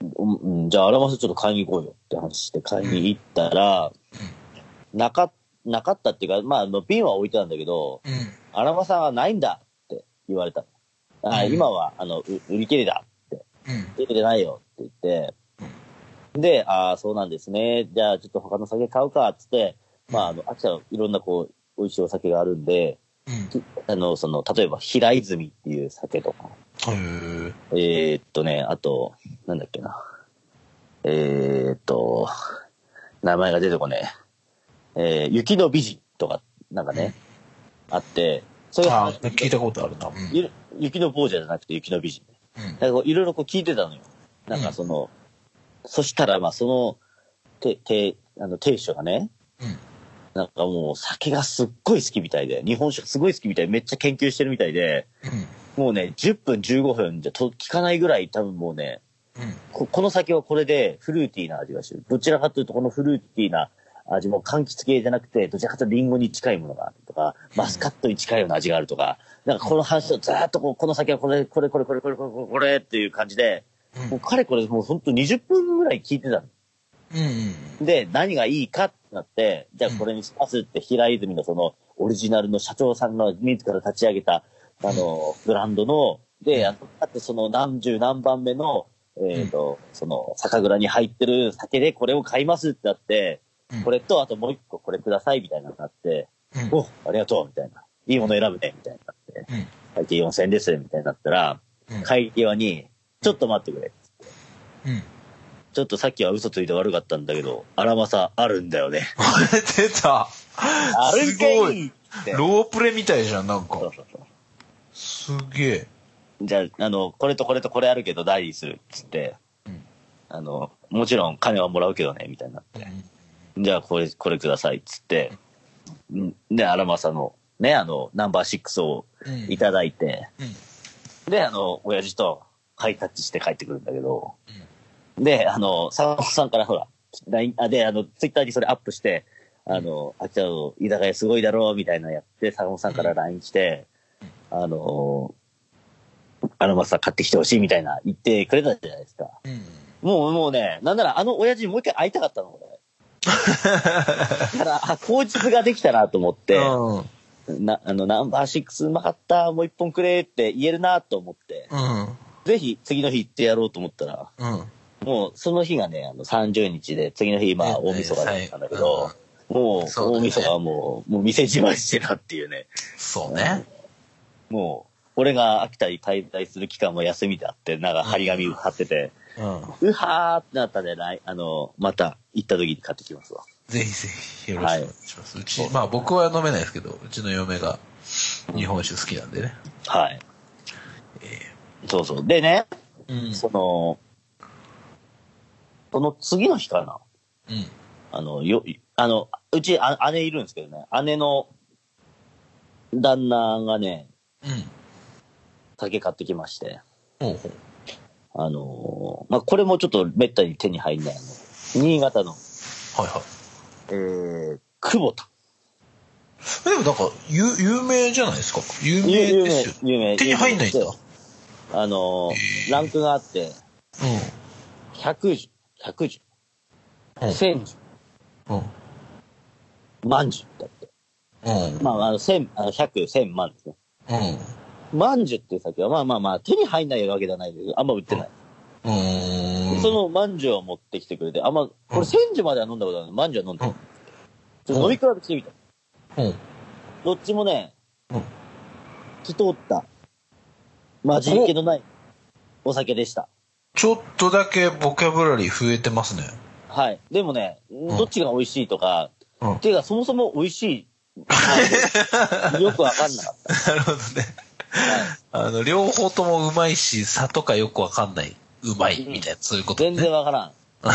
うん、じゃあ、荒政ちょっと買いに行こうよって話して買いに行ったら、うん、なか、なかったっていうか、まあ、瓶は置いてたんだけど、うん、荒政はないんだって言われた。あ、うん、今は、あの、売り切れだって。うん、売り切れないよって言って、うん、で、ああ、そうなんですね。じゃあ、ちょっと他の酒買うか、つって、まあ、あの、秋田のいろんなこう、美味しいお酒があるんで、うん、あの、その、例えば、平泉っていう酒とか。へえー、っとね、あと、なんだっけな。えー、っと、名前が出てこねえ。えー、雪の美人とか、なんかね、うん、あって、 それあ聞いたことあるな。うん、 雪の坊主じゃなくて雪の美人。うん、だからいろいろこう聞いてたのよ。なんかその、うん、そしたら、まあ、その、て、て、あの、亭主がね、うんなんかもう酒がすっごい好きみたいで、日本酒すごい好きみたいで、めっちゃ研究してるみたいで、うん、もうね、じゅっぷんじゅうごふんじゃと聞かないぐらい多分もうね、うんこ、この酒はこれでフルーティーな味がする。どちらかというとこのフルーティーな味も柑橘系じゃなくて、どちらかというとリンゴに近いものがあるとか、マスカットに近いような味があるとか、なんかこの話をずーっとこう、この酒はこれ、これ、これ、これ、これ、これ、これっていう感じで、もうかれこれもうほんとにじゅっぷんぐらい聞いてたの。うんうん、で、何がいいかってなって、じゃあこれにしますって平泉のそのオリジナルの社長さんが自ら立ち上げた、あの、ブランドの、で、あの、だってその何十何番目の、えっと、その酒蔵に入ってる酒でこれを買いますってなって、これとあともう一個これくださいみたいなのになって、お、ありがとうみたいな。いいもの選ぶねみたいになって、会計よんせんえんですみたいになったら、会計はに、ちょっと待ってくれっつって。うんちょっとさっきは嘘ついて悪かったんだけど、荒政あるんだよね。 出た。 あるんかいって。 ロープレみたいじゃん、なんか。そうそうそう。すげえ。 じゃあ、あの、これとこれとこれあるけど代理するっつって、うん、あの、もちろん金はもらうけどね、みたいになって。うん、じゃあ、これ、これくださいっつって、うん、で、荒政の、ね、あの、ナンバーシックスをいただいて、うんうん、で、あの、親父とハイタッチして帰ってくるんだけど、うんで、あの、坂本さんからほら、ライン、あ、で、あの、ツイッターにそれアップして、あの、秋田の居酒屋すごいだろう、みたいなのやって、坂本さんから ライン して、うん、あの、あのまさ買ってきてほしいみたいな言ってくれたじゃないですか。うん、もう、もうね、なんならあの親父にもう一回会いたかったの、俺。だから、あ、口実ができたなと思って、うん、な、あの、ナンバーシックスうまかった、もう一本くれって言えるなと思って、うん、ぜひ次の日行ってやろうと思ったら、うんもう、その日がね、あの、さんじゅうにちで、次の日、まあ、大晦日だったんだけど、もう、大晦日はもう、もう店じまいしてたっていうね。 そうね。 もう、俺が秋田に滞在する期間も休みであって、なんか張り紙貼ってて、うん。うはーってなったんで、あの、また行った時に買ってきますわ。 ぜひぜひ、よろしくお願いします。はい、うち、まあ僕は飲めないですけど、うちの嫁が日本酒好きなんでね。 はい。えー、そうそう。でね、うん、その、その次の日かな。うん。あの、よ、あの、うちあ姉いるんですけどね、姉の旦那がね、うん。酒買ってきまして。ほうほう。あのー、まあ、これもちょっとめったに手に入んないの。新潟の。はいはい。えー、久保田。 でもなんか、有、有名じゃないですか。有名ですよ。有名。有名。手に入んないんだ。 あのー、ランクがあって、うん。ひゃくじゅう。百十、千十、うん、万十だって。うん、まあ、あの、千、あの、百、千万ですね。うん。万十っていう酒は、まあまあまあ、手に入んないわけじゃないけど、あんま売ってない。うん。その万十を持ってきてくれて、あんま、これ千十までは飲んだことないの、万十は飲んでる。ちょっと飲み比べしてみた。うん。どっちもね、うん。透き通った、まじいけのないお酒でした。 ちょっとだけボキャブラリー増えてますね。 はい。でもね、どっちが美味しいとか、うん、っていうかそもそも美味しい、よくわかんなかった。 なるほどね。はい、あの、両方ともうまいし、差とかよくわかんない、うまいみたいな、うん、そういうことね。 全然わからん。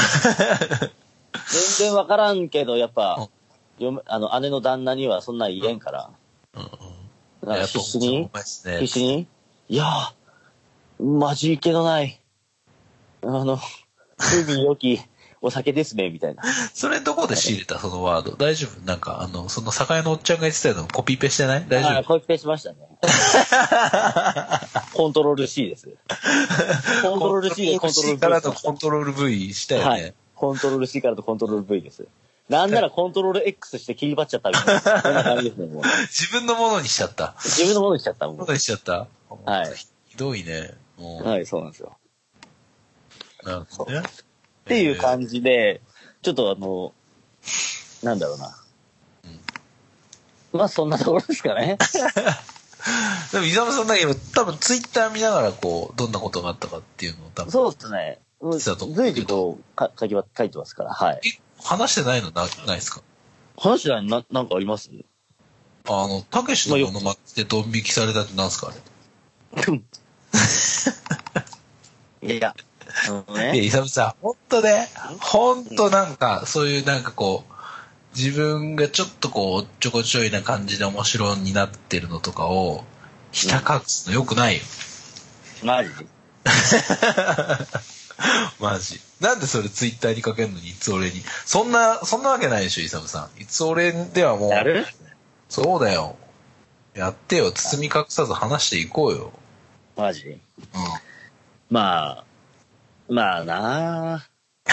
全然わからんけど、やっぱ、うん、あの、姉の旦那にはそんな言えんから。うん。うん、だから必死に、ね、必死に、いやー、マジけのない。あの、風味良きお酒ですね、みたいな。 それどこで仕入れた、そのワード。大丈夫なんか、あの、その酒屋のおっちゃんが言ってたのコピペしてない大丈夫あ、コピペしましたね。 コントロール C です。コントロール C でコントロール V からとコントロール V したよね。はい。 コントロール C からとコントロール V です。なんならコントロール X して切り張っちゃったみたいな。そんな感じですね、もう。 自分のものにしちゃった。 自分のものにしちゃった、もう。 ものにしちゃった。 はい。 ひどいね。 はい、そうなんですよ。 なるほどね。 っていう感じで、ちょっとあの、なんだろうな。うん、まあそんなところですかね。 でも、伊沢さんだけど、多分ツイッター見ながらこう、どんなことがあったかっていうのを多分。 そうですね。随時こう、か書きは、書いてますから、はい。 え、話してないのな、ないですか？ 話してないのな、なんかあります？ あの、たけしのものまってドン引きされたってなんですかあれ。いや、あのね。 いや、伊沢さん、ほんとね、ほんとなんか、そういうなんかこう、自分がちょっとこう、ちょこちょいな感じで面白になってるのとかを、ひた隠すのよくないよ。 マジマジ。なんでそれツイッターに書けんのに、いつ俺に。そんな、そんなわけないでしょ、イサムさん。いつ俺ではもう。 やる？ そうだよ。やってよ。包み隠さず話していこうよ。 マジ？うん。まあ、まあな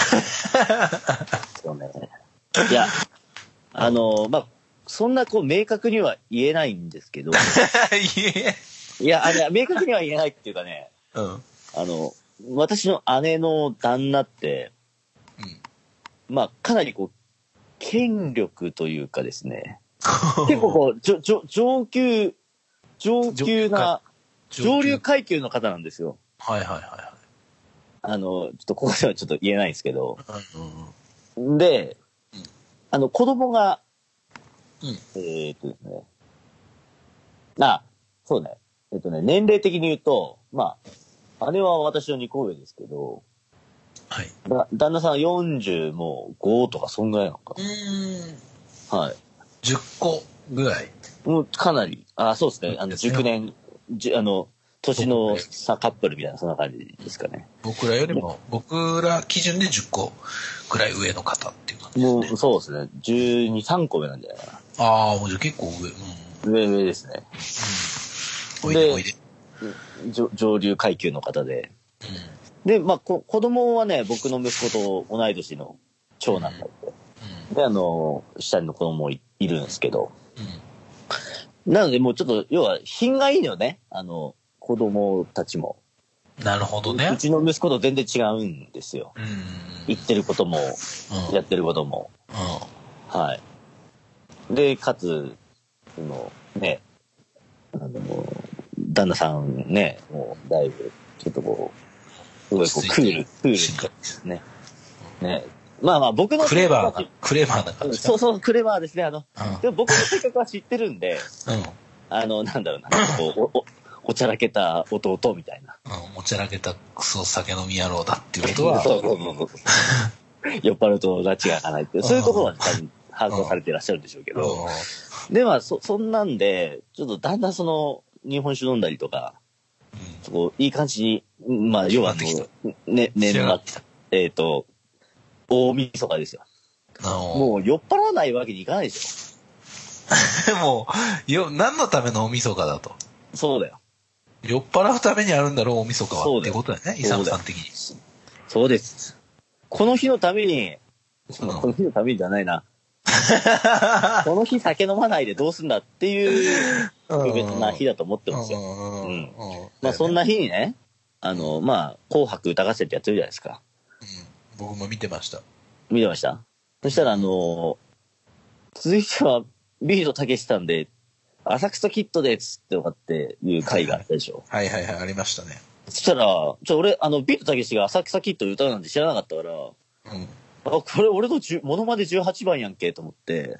ぁ。そうね。いや、あの、まあ、そんなこう明確には言えないんですけど。 いえ。 いや、あれ、明確には言えないっていうかね。 うん。 あの、私の姉の旦那って、うん、まあ、かなりこう、権力というかですね、結構こう、じょ、じょ、上級、上級な、上流階級の方なんですよ。 はいはいはいはい。 あの、ちょっとここではちょっと言えないんですけど、 うんうん、 で、うん、あの、子供が、 うん、 えー、っとですね、あ、そうね、えっとね、年齢的に言うと、まあ、姉は私のにこ上ですけど、 はい。 だ旦那さんはよんじゅうもうごとかそんぐらいなのか。 うーん。 はい。 じゅっこぐらい。 もうかなり、あ、そうですね。あの、熟年、じあの、年の差カップルみたいな、そんな感じですかね。 僕らよりも、僕ら基準でじゅっこぐらい上の方っていう感じですね。 もう、そうですね。じゅうに、さんこ上なんじゃないかな。 ああ、もうじゃ結構上。うん、上上ですね。 うん。おいでおいで。 上流階級の方で。うん、で、まあ、こ、子供はね、僕の息子と同い年の長男がいて。うん、で、あの、下の子供も い, いるんですけど。うん、なので、もうちょっと、要は、品がいいのよね。あの、子供たちも。 なるほどね。 うちの息子と全然違うんですよ。うん、言ってることも、うん、やってることも。うん、はい。で、かつ、その、ね、あの、旦那さんね、もうだいぶ、ちょっとこう、すごいこうクール、クールね。ね。まあまあ僕の。 クレバーな、クレバーな感じ。 そうそう、クレバーですね。あの、うん、でも僕の性格は知ってるんで、うん、あの、なんだろうな、こう、お、おちゃらけた弟みたいな。 うん、おちゃらけたクソ酒飲み野郎だっていうことは。 そうそうそうそう。酔っ払うと拉致が開かないって、そういうところは多分把握されていらっしゃるんでしょうけど。で、まあ、そ、そんなんで、ちょっとだんだんその、日本酒飲んだりとか、うん、こういい感じに、まあ、要は、ね、年末、えっと、大晦日ですよ。もう酔っ払わないわけにいかないでしょ。もう、よ、何のための大晦日だと。 そうだよ。 酔っ払うためにあるんだろう、大晦日は。ってことだよね、イサムさん的に。 そうです。この日のために、うん、この日のためにじゃないな。この日酒飲まないでどうすんだっていう特別な日だと思ってますよ。うん。まあそんな日にね、あの、まあ、紅白歌合戦ってやってるじゃないですか。 うん。僕も見てました。 見てました？そしたらあの、続いてはビートたけしさんで、浅草キッドですってとかっていう回があったでしょ。 はいはいはい、ありましたね。 そしたら、ちょ、俺、あの、ビートたけしが浅草キッド歌うなんて知らなかったから、うん。あ、これ俺のモノマネじゅうはちばんやんけと思って、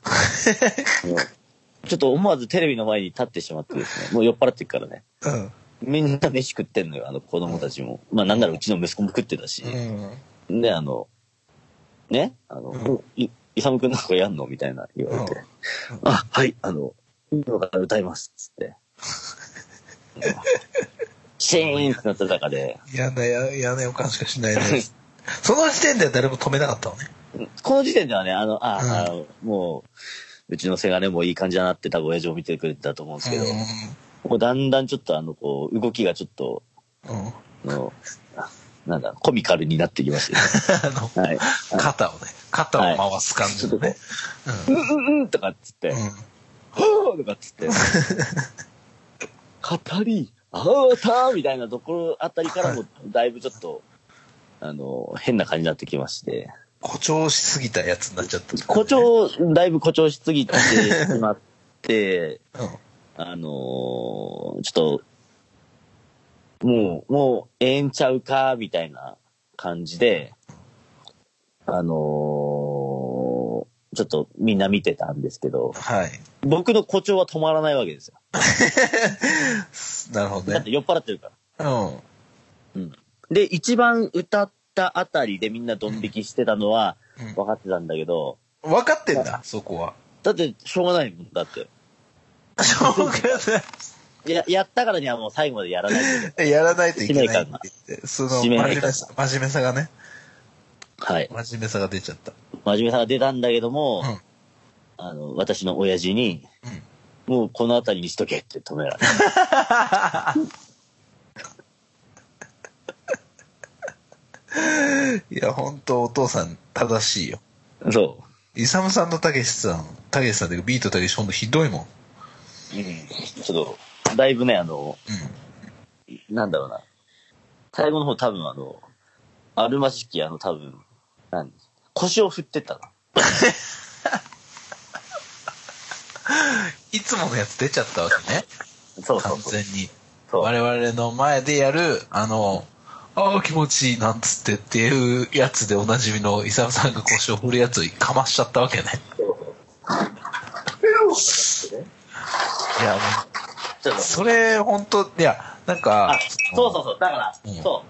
ちょっと思わずテレビの前に立ってしまってですね、もう酔っ払ってるからね。うん。みんな飯食ってんのよ、あの子供たちも。うん、まあなんならうちの息子も食ってたし。うん、で、あの、ね、あの、うん、い、イサムくんなんかやんのみたいな言われて。うん、あ、はい、あの、今から歌います、つって。シーンってなった中で。 嫌な、嫌な予感しかしないです。その時点では誰も止めなかったのね。 この時点ではね、あの、あ、うん、あのもう、うちのせがねもいい感じだなって多分親父も見てくれてたと思うんですけど、 こうだんだんちょっとあの、こう、動きがちょっと、うん、のなんだ、コミカルになってきましたね。あの、 はい、肩をね、肩を回す感じで、ね。 はい、うん、うんうんとかっつって、うん、はぁとかっつって、語り、あーたーみたいなところあたりからも、だいぶちょっと、あの、変な感じになってきまして。 誇張しすぎたやつになっちゃった、ね。 誇張、だいぶ誇張しすぎてしまって、うん、あのー、ちょっと、もう、もう、ええんちゃうか、みたいな感じで、あのー、ちょっとみんな見てたんですけど、 はい。 僕の誇張は止まらないわけですよ。 なるほどね。 だって酔っ払ってるから。うん。 うん。で、一番歌ったあたりでみんなドン引きしてたのは分かってたんだけど。 うん、分かってんだ、そこは。 だってしょうがないもん、だって。 しょうがない。 や、やったからにはもう最後までやらないと。 やらないといけないって言って。その真面目さ、真面目さがね。 はい。 真面目さが出ちゃった。 真面目さが出たんだけども、うん、あの、私の親父に、うん、もうこの辺りにしとけって止められた。 いや、ほんとお父さん正しいよ。 そう。 イサムさんとたけしさん、たけしさんでビートたけしほんとひどいもん。 うん。ちょっと、だいぶね、あの、うん、なんだろうな。最後の方多分あの、あるまじきあの多分、何腰を振ってたの。 いつものやつ出ちゃったわけね。 そうそうそう。 完全に。我々の前でやる、あの、ああ気持ちいいなんつってっていうやつでおなじみのイサムさんが腰を振るやつをかましちゃったわけね。いや、もう、それほんと、いや、なんか。 あ、そうそうそう。だから、うん、そう。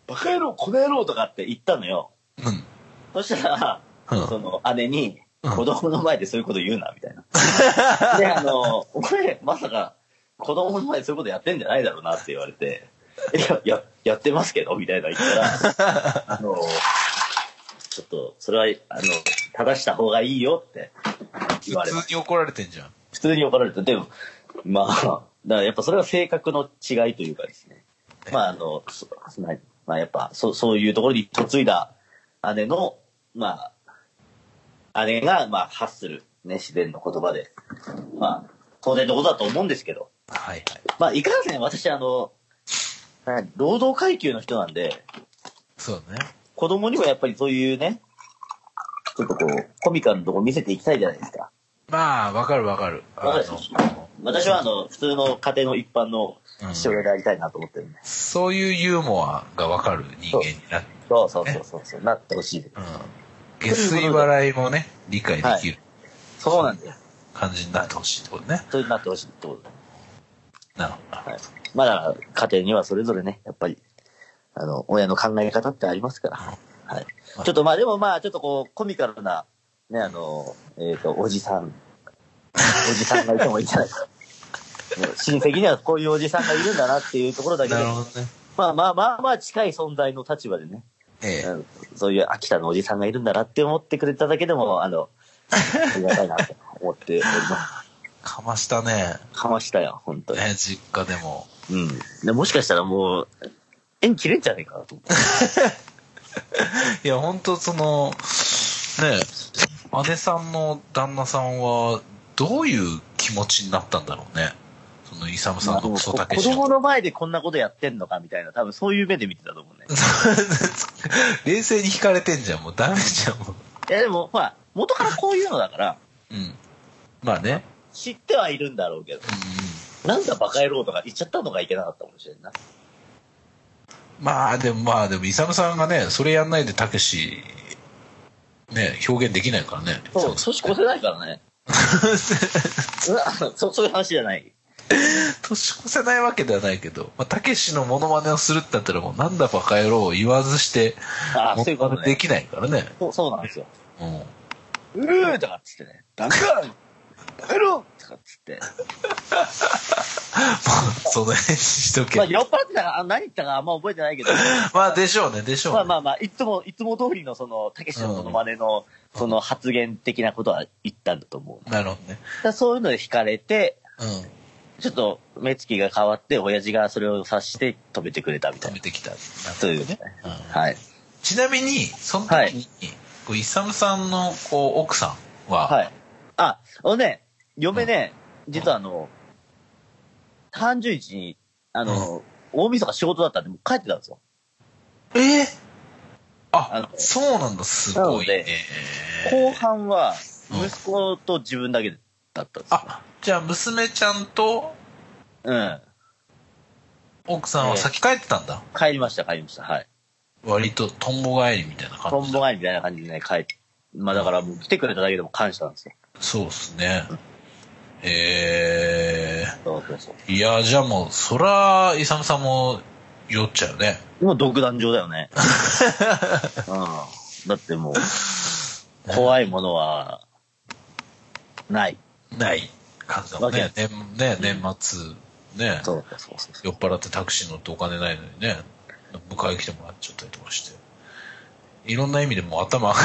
バカ野郎、この野郎とかって言ったのよ。うん。そしたら、うん、その姉に、子供の前でそういうこと言うな、みたいな。うん、で、あの、お前、まさか、子供の前でそういうことやってんじゃないだろうなって言われて、いや、や、やってますけど、みたいな言ったら、あの、ちょっと、それは、あの、正した方がいいよって言われました。 普通に怒られてんじゃん。 普通に怒られて、でも、まあ、だからやっぱそれは性格の違いというかですね。まあ、あの、そまあ、やっぱ、そ、そういうところに嫁いだ姉の、まあ、姉が、まあ、発する、ね、自然の言葉で、まあ、当然のことだと思うんですけど。 はいはい。 まあ、いかんせん、私、あの、労働階級の人なんで、 そうね。 子供にはやっぱりそういうね、ちょっとこう、コミカルなとこ見せていきたいじゃないですか。 まあ、わかるわかる。 わかる。私はあの、普通の家庭の一般の父親でありたいなと思ってるんで、うん。 そういうユーモアがわかる人間になって、ね。 そうそうそうそうそう、なってほしいです。うん。 下水笑いもね、理解できる。はい、 そうなんだよ。 感じになってほしいってことね。 そうなってほしいってことなるほど。 はい。まだ家庭にはそれぞれね、やっぱり、あの、親の考え方ってありますから。はい。ちょっとまあでもまあ、ちょっとこう、コミカルな、ね、あの、えっと、おじさん、おじさんがいてもいいんじゃないか。親戚にはこういうおじさんがいるんだなっていうところだけで、なるほどね。まあまあまあまあ近い存在の立場でね、ええ、そういう秋田のおじさんがいるんだなって思ってくれただけでも、あの、ありがたいなと思っております。 かましたね。 かましたよ、本当に。 ね、実家でも。 うん。でもしかしたらもう、縁切れんじゃねえかなと思って。 いや、本当その、ね、姉さんの旦那さんは、どういう気持ちになったんだろうね。その、イサムさんのクソたけし。 子供の前でこんなことやってんのかみたいな、多分そういう目で見てたと思うね。 冷静に惹かれてんじゃん、もうダメじゃん、もう。 いや、でも、まあ、元からこういうのだから。 うん。まあね。 知ってはいるんだろうけど。うん、なんだバカ野郎とか言っちゃったのがいけなかったかもしれんな。 まあ、でもまあ、でも、イサムさんがね、それやんないでたけし、ね、表現できないからね。 そう、年越せないからね。そ, そういう話じゃない。 年越せないわけではないけど、まあ、たけしのモノマネをするってなったらもう、なんだバカ野郎を言わずして、 ああ、そういうことね。 できないからね。 そう、そうなんですよ。 うん。 うーとかっつってね。ダメかバカ野郎とかっつって。もう、その辺にしとけ。 まあ、酔っ払ってたから、何言ったかあんま覚えてないけど。 まあ、でしょうね、でしょうね。 まあまあまあ、いつも、いつも通りのその、たけしのモノマネの、うん、その発言的なことは言ったんだと思う。 なるほどね。 だそういうので惹かれて、うん。 ちょっと目つきが変わって、親父がそれを察して止めてくれたみたいな。 止めてきた。 そういうね。うん、はい。 ちなみに、その時に、はい、こうイサムさんのこう奥さんは、 はい。あ、あのね、嫁ね、うん、実はあの、さんじゅうにちに、あの、うん、大晦日仕事だったんで、もう帰ってたんですよ。 えー、あ、あそうなんだ、すごいね。 後半は、息子と自分だけだったんです、ね、 うん。あ、じゃあ娘ちゃんと、 うん。 奥さんは先帰ってたんだ、 えー、帰りました、帰りました、はい。 割とトンボ帰りみたいな感じ。 トンボ帰りみたいな感じでね、帰って。まあだからもう来てくれただけでも感謝なんですよ。 そうですね。うん、えー。 そうそうそう。 いや、じゃあもう、そら、イサムさんも酔っちゃうね。 もう独壇場だよね。うん。だってもう、怖いものは、ない。 ない感じだもんね。年、ね、年末、ね。 そうそうそう。 酔っ払ってタクシー乗ってお金ないのにね。迎え来てもらっちゃったりとかして。いろんな意味でもう頭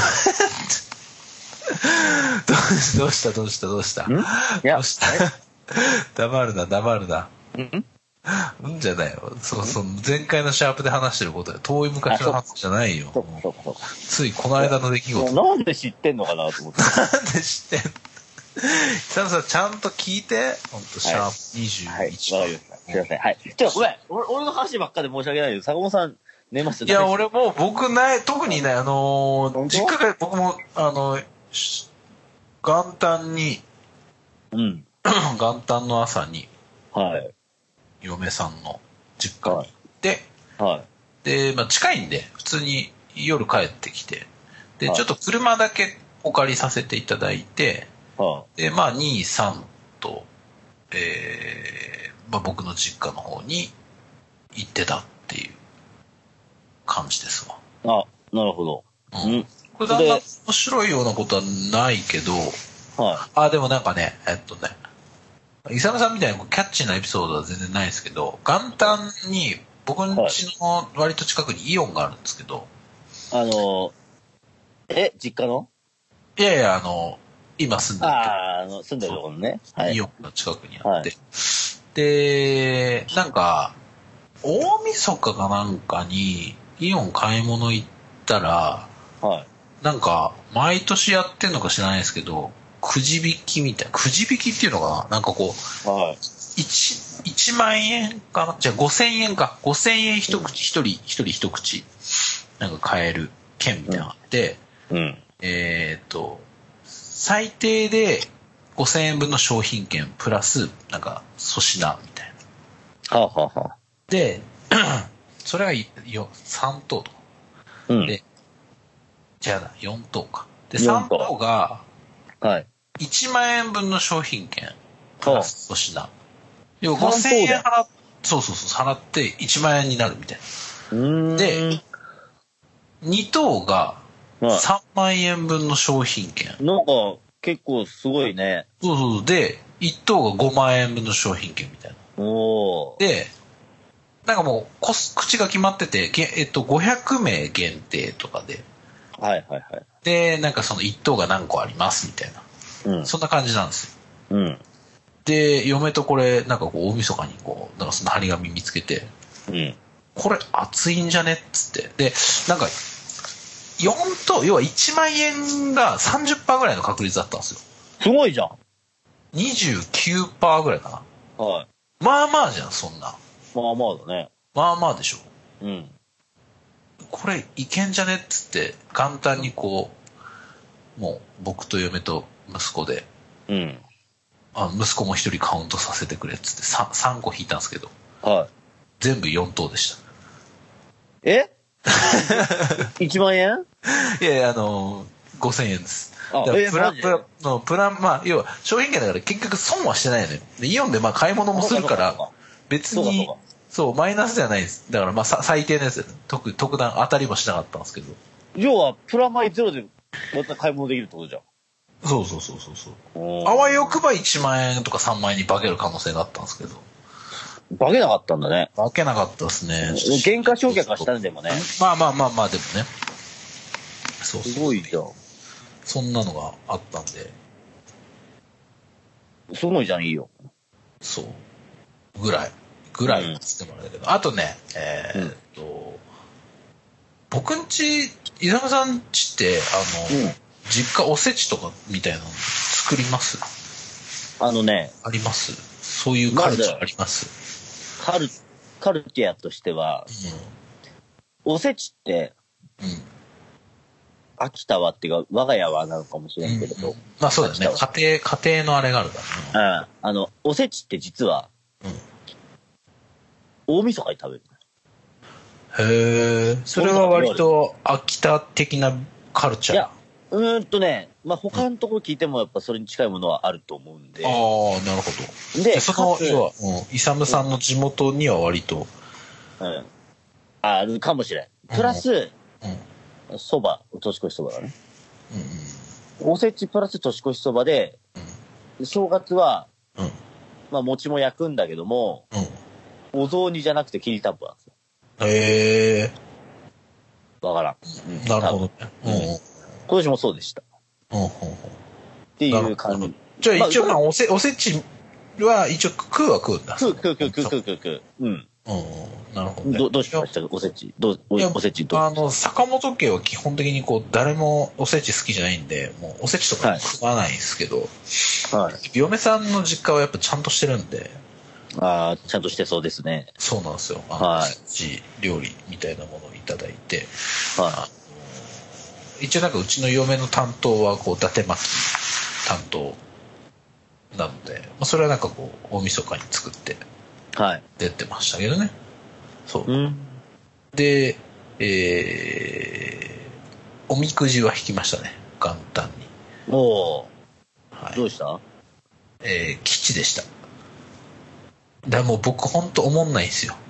どうしたどうしたどうしたどうしたいや、 どうした黙るな黙るな。 んうんじゃないよ。そうそう、前回のシャープで話してることで、遠い昔の話じゃないよ。ついこの間の出来事。 なんで知ってんのかなと思って。 なんで知ってんのさんさんちゃんと聞いて、ほんとシャープにじゅういち。 はい、わ、はい、かりました。すいません。はい。ちょ、ごめん。俺、俺の話ばっかで申し訳ないけど、坂本さん、寝ましたいや、俺も、僕ない、特にね、あのー、実家が、僕も、あの、元旦に、 うん。 元旦の朝に、 はい。 嫁さんの実家に行って、 はい。 で、まあ近いんで、普通に夜帰ってきて、で、はい、ちょっと車だけお借りさせていただいて、 はい、 で、まあ、に、さんと、えー、まあ僕の実家の方に行ってたっていう感じですわ。 あ、なるほど。 うん。これだんだん面白いようなことはないけど、はい。あ、でもなんかね、えっとね、イサムさんみたいなキャッチーなエピソードは全然ないですけど、元旦に僕ん家の割と近くにイオンがあるんですけど、 はい、あの、え、実家の？ いやいや、あの、今住んでる。 ああ、あの、住んでるところね。 はい。イオンが近くにあって。はい、で、なんか、大晦日かなんかに、イオン買い物行ったら、はい。なんか、毎年やってんのか知らないですけど、くじ引きみたいな、くじ引きっていうのかななんかこう、はい。1、一万円かなじゃあごせんえんか。ごせんえん一口、一、うん、人、一人一口、なんか買える券みたいなのがあって、うん。うん、えっと、最低でごせんえんぶんの商品券プラス、なんか粗品みたいな。はあ、はあはあ、 で、それがよさん等とか。うん、で、じゃあよん等か。で、さん等が、はい。いちまんえんぶんの商品券プラス粗品。要はごせんえん払っ、そうそうそう、払っていちまんえんになるみたいな。で、に等がさんまんえんぶんの商品券。なんか結構すごいね。そうそうそう。で、いち等がごまんえんぶんの商品券みたいな。おー。で、なんかもうコス、口が決まってて、えっと、ごひゃくめい限定とかで。はいはいはい。で、なんかそのいち等が何個ありますみたいな。うん。そんな感じなんですよ。うん。で、嫁とこれ、なんかこう、大晦日にこう、なんかその張り紙見つけて、うん。これ熱いんじゃねっつって。で、なんか、よん等、要はいちまんえんが さんじゅっパーセント ぐらいの確率だったんですよ。すごいじゃん。にじゅうきゅうパーセント ぐらいかな。はい。まあまあじゃん、そんな。まあまあだね。まあまあでしょ。うん。これいけんじゃねっつって、簡単にこう、もう僕と嫁と息子で、うん。あ、息子も一人カウントさせてくれっつって 3, さんこ引いたんですけど、はい。全部よん等でした。えいちまんえんいやいや、あのー、ごせんえんです。あ、プラン、プラン、のプラン、まあ、要は商品券だから結局損はしてないのよ。で、イオンでまあ買い物もするから、別に、そうそう、マイナスじゃないです。だからまあ最低のやつ、特、特段当たりもしなかったんですけど。要は、プラマイゼロでまた買い物できるってことじゃん。そうそうそうそうそう。あわよくばいちまんえんとかさんまんえんに化ける可能性があったんですけど。化けなかったんだね。化けなかったですね。原価償却はしたんでもね。まあまあまあまあ、でもね。そうそう。すごいじゃん。そんなのがあったんで。すごいじゃん、いいよ。そう。 ぐらい。ぐらいつってもらうんだけど、うん、あとね、えー、っと、うん、僕んち、伊沢さんちって、あの、うん、実家おせちとかみたいなの作ります？ あのね。 あります？そういうカルチャーあります？ カル、カルティアとしては、うん、おせちって、うん、秋田はっていうか、我が家はなのかもしれんけれど。うんうん、 まあそうだね。家庭、家庭のあれがあるからね。うん。あの、おせちって実は、うん、大晦日に食べる。 へえ。それは割と秋田的なカルチャー。いや、 うーんとね、まあ、他のところ聞いてもやっぱそれに近いものはあると思うんで。 ああ、なるほど。で、その、要は、うん、イサムさんの地元には割と。 うん。あるかもしれん。プラス、うん。そば、年越しそばだね。うんうん。おせちプラス年越しそばで、うん、正月は、うん。まあ、餅も焼くんだけども、うん。お雑煮じゃなくてきりたんぽなんですよ。 へえ。 わからん。 うん、なるほどね。うん。 今年もそうでした。うんうんうん。っていう感じ。 じゃあ一応まあおせ、おせちは一応食うは食うんだ。 食う食う食う食う食う食う食う。うん。うん。 なるほどね。 ど、どうしましたおせち。どう、おせちどうあの、坂本家は基本的にこう、誰もおせち好きじゃないんで、もうおせちとか食わないんですけど、はい。嫁さんの実家はやっぱちゃんとしてるんで、 ああ、ちゃんとしてそうですね。 そうなんですよ。あの、はい、料理みたいなものをいただいて、はい、一応なんかうちの嫁の担当はこう伊達巻き担当なので、まあ、それはなんかこう大晦日に作って出てましたけどね。はい、そう。うん、で、えー、おみくじは引きましたね。元旦に。 おお、はい。どうした？ えー、吉でした。だからもう僕ほんと思んないんですよ。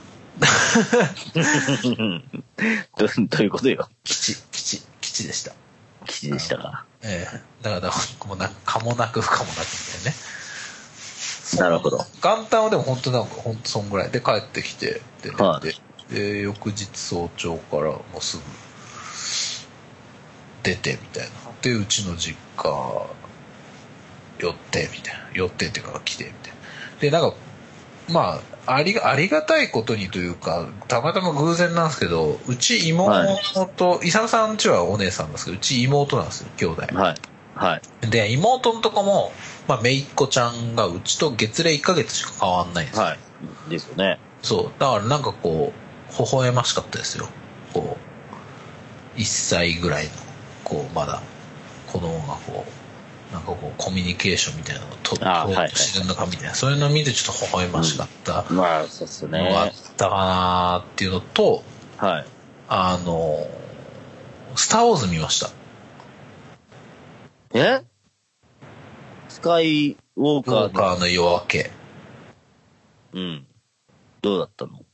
ど, どういうことよ。 吉、吉、吉でした。 吉でしたか。 ええー、だから、だからもうなんか、かもなく不可もなくみたいなね。 なるほど。 元旦はでも本当なんか、本当そんぐらいで帰ってきて、で、はい、で、で、翌日早朝からもうすぐ出てみたいな。で、うちの実家寄ってみたいな。寄ってっていうか来てみたいな。で、なんか、まあ、ありが、ありがたいことにというか、たまたま偶然なんですけど、うち妹、はい、イサムさんちはお姉さんなんですけど、うち妹なんですよ、兄弟。 はい。はい。 で、妹のとこも、まあ、姪っ子ちゃんがうちと月齢いっかげつしか変わんないんですよ。 はい。ですよね。 そう。だからなんかこう、微笑ましかったですよ。こう、いっさいぐらいの、こう、まだ、子供がこう、なんかこうコミュニケーションみたいなのをと取ろうとしてるのかみたいな、はいはい、そういうのを見てちょっと微笑ましかったのがあったかなっていうのと、 はい、 あのスターウォーズ見ました。 え？スカイウォーカーの、 ウォーカーの夜明け。 うん。どうだったの？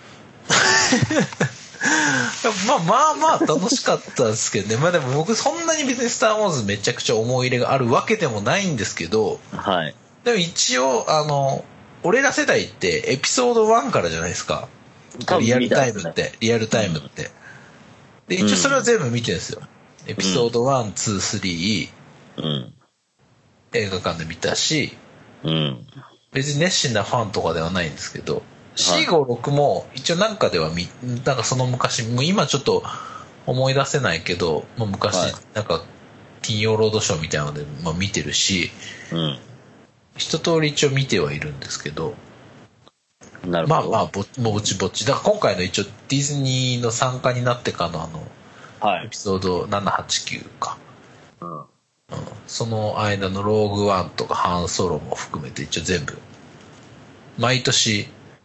まあまあまあ楽しかったですけどね。まあでも僕そんなに別にスターウォーズめちゃくちゃ思い入れがあるわけでもないんですけど、 はい。 でも一応あの俺ら世代ってエピソードワンからじゃないですか。リアルタイムって、リアルタイムって。で一応それは全部見てるんですよ。うん、エピソードワン、ツー、スリー、うん、映画館で見たし、うん、別に熱心なファンとかではないんですけど。よんごろくも一応なんかでは見、なんかその昔、もう今ちょっと思い出せないけど、もう昔、はい、なんか金曜ロードショーみたいなので、まあ、見てるし、うん、一通り一応見てはいるんですけど、 なるほど。 まあまあぼ、もうぼちぼち。だから今回の一応ディズニーの参加になってからのあの、はい、エピソードななはちきゅうか。うんうん、その間のローグワンとかハンソロも含めて一応全部、毎年、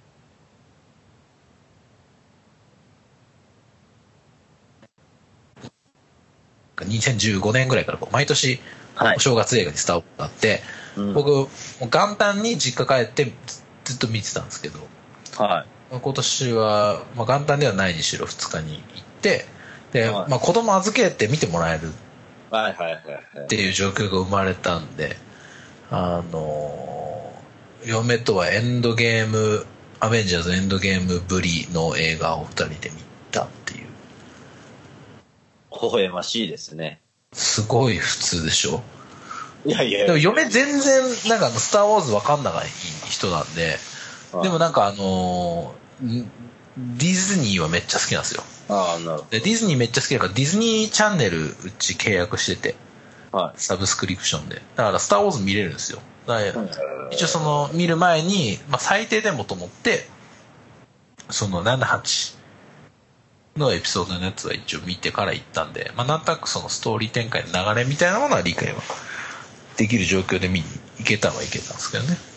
にせんじゅうごねんぐらいからこう毎年お正月映画にスタートがあって、はい、僕もう元旦に実家帰ってずっと見てたんですけど、はい、今年は、まあ、元旦ではないにしろふつかに行ってで、はい、まあ、子供預けて見てもらえるっていう状況が生まれたんで、あの嫁とはエンドゲームアベンジャーズエンドゲームぶりの映画をふたりで見たっていう。 微笑ましいですね。 すごい普通でしょ。 いやいやいや。 でも嫁全然なんかスターウォーズ分かんない人なんで、 でもなんかあのー、ディズニーはめっちゃ好きなんですよ。 ああ、なるほど。 でディズニーめっちゃ好きだからディズニーチャンネルうち契約してて、 はい、 サブスクリプションで。だからスターウォーズ見れるんですよ。だから一応その見る前に、まあ、最低でもと思って、そのなな、はちのエピソードのやつは一応見てから行ったんで、まあ、なんとなくそのストーリー展開の流れみたいなものは理解はできる状況で見に行けたはいけたんですけどね。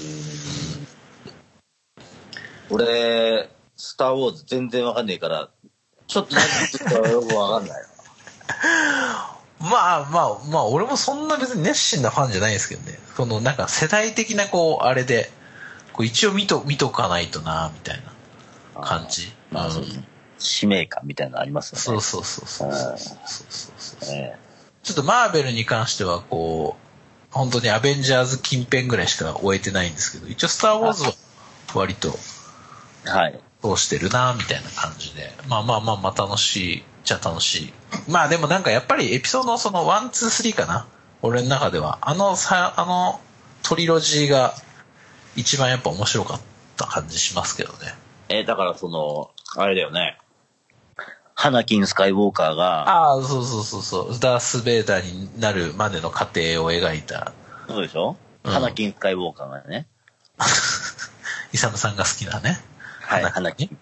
うん、俺、スター・ウォーズ全然わかんねえから、ちょっと何言ってるかよくわかんないわ。 まあまあまあ、俺もそんな別に熱心なファンじゃないですけどね。そのなんか世代的なこう、あれで、こう一応見と、見とかないとな、みたいな感じ。 あ、まあ、うん、使命感みたいなのありますよね。 そうそうそうそう。そうそうそう。えー、ちょっとマーベルに関してはこう、本当にアベンジャーズ近辺ぐらいしか終えてないんですけど、一応スター・ウォーズは割と、はい。通してるな、みたいな感じで。まあまあまあまあ楽しい。じゃ楽しい。まあでもなんかやっぱりエピソードそのワン、ツー、スリーかな。俺の中ではあのさあのトリロジーが一番やっぱ面白かった感じしますけどね。 えー、だからそのあれだよね。ハナキン・スカイウォーカーがああそうそうそうそうダース・ベイダーになるまでの過程を描いた。 そうでしょ。うん、ハナキン・スカイウォーカーがね。 イサムさんが好きなね。 はい。ハナキン。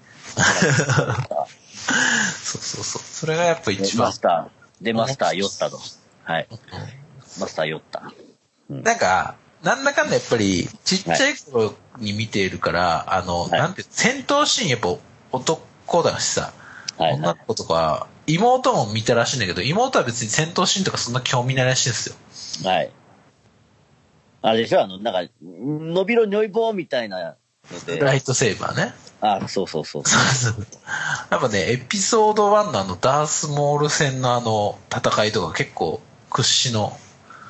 そうそうそう。それがやっぱ一番。 マスター。で、マスター酔ったと。はい。マスター酔った。 うん、なんか、なんだかんだやっぱり、ちっちゃい頃に見ているから、はい、あの、はい、なんて、戦闘シーンやっぱ男だしさ、はいはい、女の子とか、妹も見たらしいんだけど、妹は別に戦闘シーンとかそんな興味ないらしいんですよ。はい。 あれでしょあの、なんか、伸びろ如意棒みたいなので。 ライトセーバーね。 あ、そうそうそう。 やっぱね、エピソードワンのあのダースモール戦のあの戦いとか結構屈指の、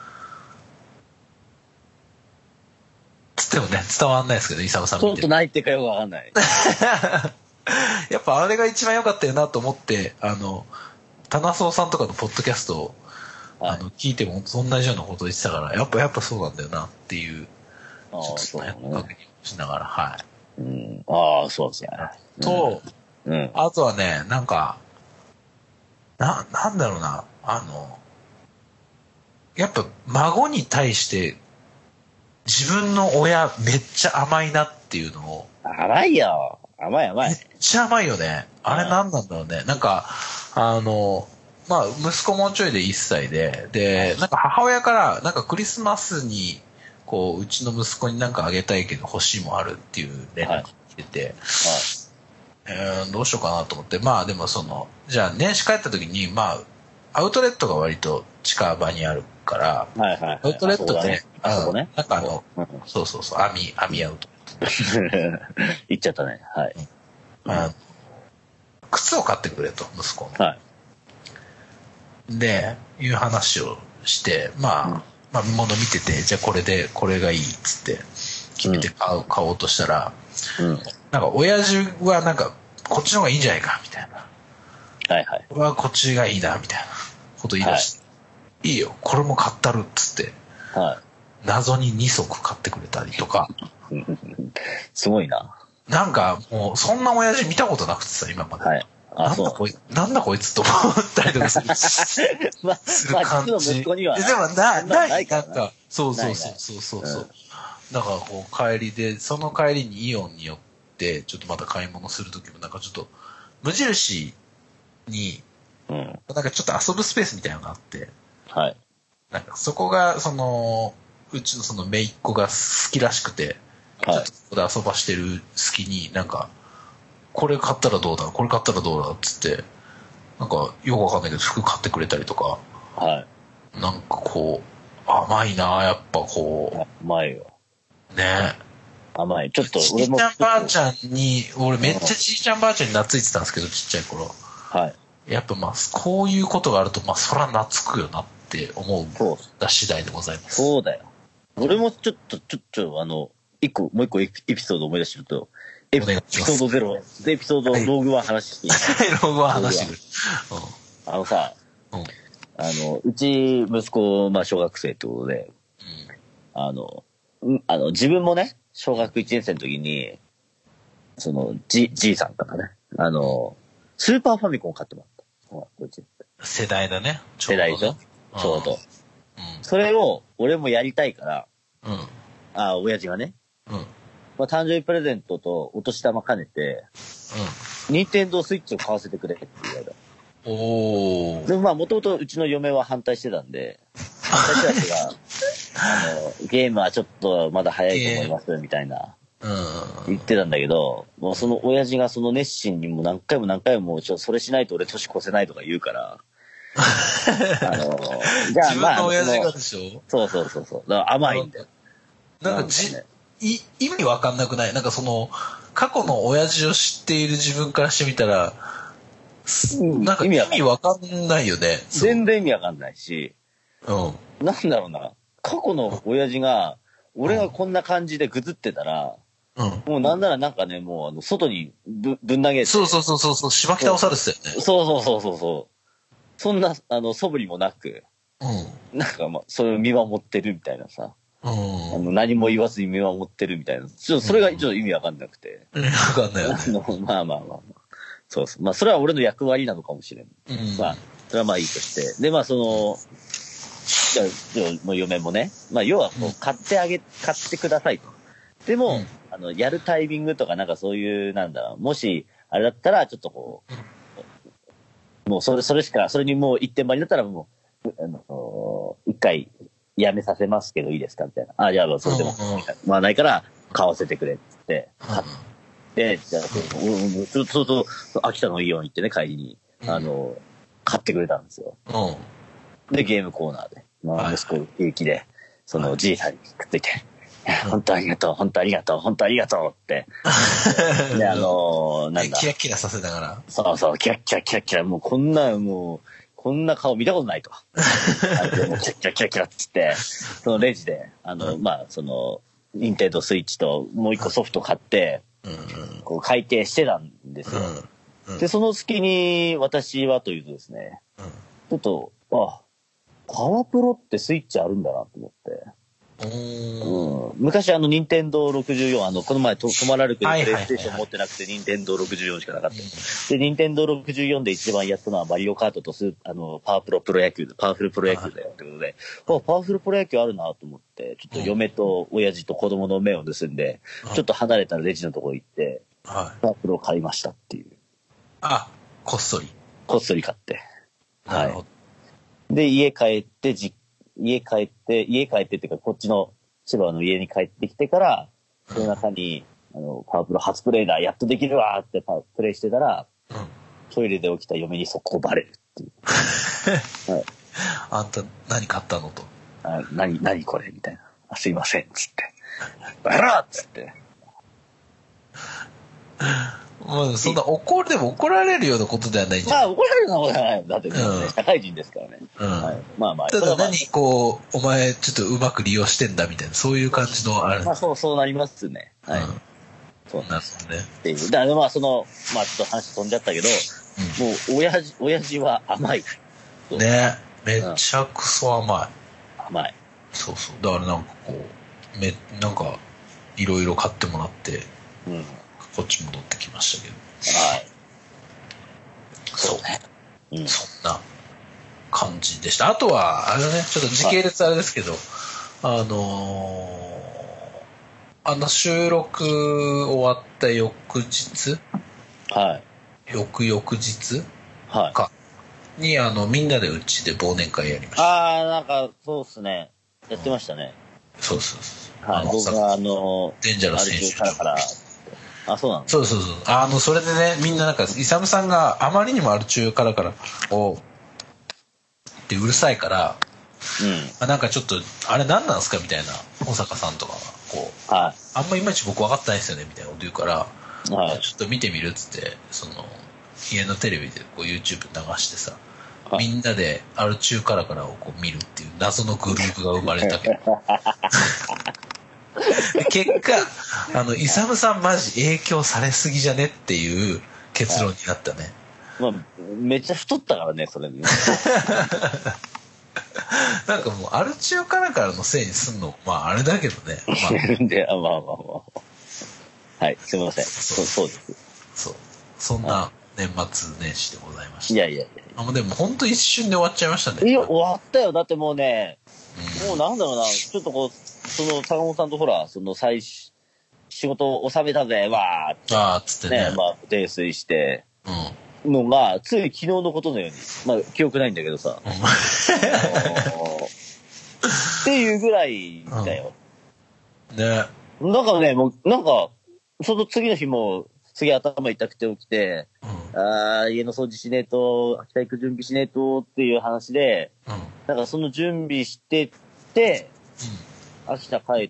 つってもね、伝わんないですけど、イサムさん見て。 ちょっと何言ってるかよくわかんない。 やっぱあれが一番良かったよなと思って、あの、タナソウさんとかのポッドキャストを、はい、あの聞いても同じようなこと言ってたから、やっぱやっぱそうなんだよなっていう、ちょっとね、確認しながら、はい。 うん、ああ、そうですね。 と、うん、あとはね、なんか、な、なんだろうな、あの、やっぱ孫に対して自分の親めっちゃ甘いなっていうのを。 甘いよ。甘い甘い。 めっちゃ甘いよね。あれ何なんだろうね。なんか、あの、まあ、息子もうちょいでいっさいで、で、なんか母親から、なんかクリスマスに、こう、うちの息子になんかあげたいけど欲しいもんあるっていう連絡が来てて、はいはい、えー、どうしようかなと思って、まあでもその、じゃあ年始帰った時に、まあ、アウトレットが割と近場にあるから、はいはいはい、アウトレットで、あそこね、なんかあの、うん、そうそうそう、網、網アウトレット。言っちゃったね、はい。 うん、あの靴を買ってくれと、息子の。はい。で、いう話をして、まあ、うん、まあ、物見てて、じゃあこれで、これがいいっつって、決めて買う、うん、買おうとしたら、うん、なんか親父はなんか、こっちの方がいいんじゃないか、みたいな。はいはい。俺はこっちがいいな、みたいなこと言い出して、はい、いいよ、これも買ったるっつって、はい、謎にに足買ってくれたりとか。 すごいな。 なんかもう、そんな親父見たことなくてさ、今まで。はい。あ、なんだこい、なんだこいつと思ったりとかする。まあ、する感じ。まあ、息子には。でもな、な、ないか。なんか、そうそうそうそうそうそう。だからこう帰りで、その帰りにイオンに寄って、ちょっとまた買い物するときもなんかちょっと、無印に、うん、なんかちょっと遊ぶスペースみたいなのがあって、はい。なんかそこが、その、うちのその姪っ子が好きらしくて、はい、ちょっとそこで遊ばしてる隙になんか、これ買ったらどうだこれ買ったらどうだっつってなんかよくわかんないけど服買ってくれたりとか、はい、なんかこう甘いなやっぱこう甘いよね甘いちょっと俺もちいちゃんばあちゃんに俺めっちゃちいちゃんばあちゃんに懐いてたんですけどちっちゃい頃、はい、やっぱまあこういうことがあるとまあそら懐くよなって思うだ次第でございます。 そうだよ。俺もちょっとちょっとあの一個もう一個エピソード思い出してるとエピソードゼロでエピソードローグワン話していい、 はい、ローグワン話してくる。 あのさ、うん、あのうち息子まあ小学生ってことで、うん、あのあの自分もね小学いちねん生の時に、その、じ、じいさんからね、あの、スーパーファミコンを買ってもらった。 世代だね。 世代でしょちょうど。うん。それを、俺もやりたいから、うん。あ、親父がね。うん。まあ、誕生日プレゼントとお年玉兼ねて、うん。ニンテンドースイッチを買わせてくれって言われた。おー。でもまあ、もともとうちの嫁は反対してたんで、反対してた人が、あの、ゲームはちょっとまだ早いと思います、みたいな。うん。言ってたんだけど、もうその親父がその熱心にも何回も何回も、ちょ、それしないと俺年越せないとか言うから、あの、 じゃあまあ。自分の親父がでしょ？ そうそうそうそう。だから甘いんだよ。 なんかじ、ね、い、意味わかんなくない？なんかその、過去の親父を知っている自分からしてみたら、うん、なんか意味わかんないよね。 全然意味わかんないし、うん。なんだろうな。過去の親父が、俺がこんな感じでぐずってたら、うん、もうなんならなんかね、もうあの、外にぶ、ぶん投げて。 そうそうそうそう、しばき倒されてたよね。 そうそうそうそうそう。そんな、あの、素振りもなく、うん。なんかまあ、それを見守ってるみたいなさ。うん。あの、何も言わずに見守ってるみたいな。ちょっとそれがちょっと意味わかんなくて。 意味わかんないよね。 あの、まあまあまあまあ。そうそう。まあ、それは俺の役割なのかもしれん。うん。まあ、それはまあいいとして。で、まあその、じゃあ、もう嫁もね。まあ、要はこう、買ってあげ、買ってくださいと。でも、うん、あの、やるタイミングとかなんかそういう、なんだろう、もし、あれだったら、ちょっとこう、もうそれ、それしか、それにもう一点張りだったらもう、あの、一回やめさせますけどいいですかみたいな。あ、じゃあ、それでも、まあないから、買わせてくれって言って、買って、じゃあ、ちょっと、ちょっと、秋田のイオン行ってね、帰りに、あの、買ってくれたんですよ。で、ゲームコーナーで、まあ、息子平気で、そのじいさんにくっついて、本当ありがとう、本当ありがとう、本当ありがとうって。で、あのー、なんだ。 キラキラさせながら。 そうそう、キラキラキラキラ、もうこんな、もう、こんな顔見たことないと。でもキラキラキラキラって言って、そのレジで、あの、うん、まあ、その、ニンテンドースイッチともう一個ソフト買って、うんうん、こう会計してたんですよ。うんうん、で、その隙に私はというとですね、うん、ちょっと、あ、パワープロってスイッチあるんだなと思って。うん、昔あの、ニンテンドーろくじゅうよん、あの、この前と、泊まられてるプレイステーション持ってなくて、ニンテンドーろくじゅうよんしかなかった。で、ニンテンドーろくじゅうよんで一番やったのはマリオカートとスあの、パワープロプロ野球、パワフルプロ野球だよってことで、あ、パワフルプロ野球あるなと思って、ちょっと嫁と親父と子供の目を盗んで、ちょっと離れたレジのところ行って、はい、パワープロを買いましたっていう。 あ、こっそり。 こっそり買って。はい。で、家帰ってじ、家帰って、家帰ってっていうか、こっちの千葉の家に帰ってきてから、夜中に、あの、パワープロ初プレイだ、やっとできるわーってパプレイしてたら、うん、トイレで起きた嫁に速攻バレるっていう。 はい、あんた何買ったのと。 あ、何、何これみたいな。あ、すいません、つって。バラっつって。 まあ、そんな怒る、でも怒られるようなことではないじゃん。 まあ、怒られるようなことはない。だってね、うん、社会人ですからね。うん。はい、まあまあ。 ただ何、こう、お前ちょっとうまく利用してんだみたいな、そういう感じのあれ。 まあ、そう、そうなりますね。はい。うん、 そうなんですね。 っていう。だからまあ、その、まあ、ちょっと話飛んじゃったけど、うん、もう、親父、親父は甘い。 ね。めちゃくそ甘い。甘い。 そうそう。だからなんかこう、め、なんか、いろいろ買ってもらって、うん。こっち戻ってきましたけど。はい。そうね。うん、そんな感じでした。あとは、あれね、ちょっと時系列あれですけど、はい、あのー、あの収録終わった翌日はい。 翌々日はい。 か。に、あの、みんなでうちで忘年会やりました。 ああ、なんか、そうっすね。やってましたね。 うん、そうそうそう。 はい。僕は、あの、 デンジャラス選手からから、あ、そうなの？ そうそうそう。あの、それでね、みんななんか、イサムさんがあまりにもアル中からからを、ってうるさいから、うん。なんかちょっと、あれ何なんですかみたいな、小坂さんとかが、こう、はい。あんまいまいち僕分かってないですよねみたいなこと言うから、はい。ちょっと見てみるっつって、その、家のテレビでこう YouTube 流してさ、はい、みんなでアル中からからをこう見るっていう謎のグループが生まれたけど。結果、あの、イサムさんマジ影響されすぎじゃねっていう結論になったね。 はい、まあ、めっちゃ太ったからね、それね。 なんかもうアルチューカラからのせいにすんの、まああれだけどね。まあ、 で、あ、まあまあまあ。はい、すみません。そう、そうです。 そう。そんな年末年始でございました。 いやいやいや。 あ、でも本当一瞬で終わっちゃいましたね。 いや、終わったよ。だってもうね、うん、もうなんだろうな、ちょっとこう、その坂本さんとほら、その最初、仕事を収めたぜ、わーって。 あーっつってね。 ね、まあ、泥酔して。 うん。 のが、つい昨日のことのように。まあ、記憶ないんだけどさ。うん、っていうぐらいだよ。 うん、ね。 なんかね、もう、なんか、その次の日も、次頭痛くて起きて、うん、ああ、家の掃除しねえと、秋田行く準備しねえとっていう話で、うん、なんかその準備してって、うん、秋田帰って、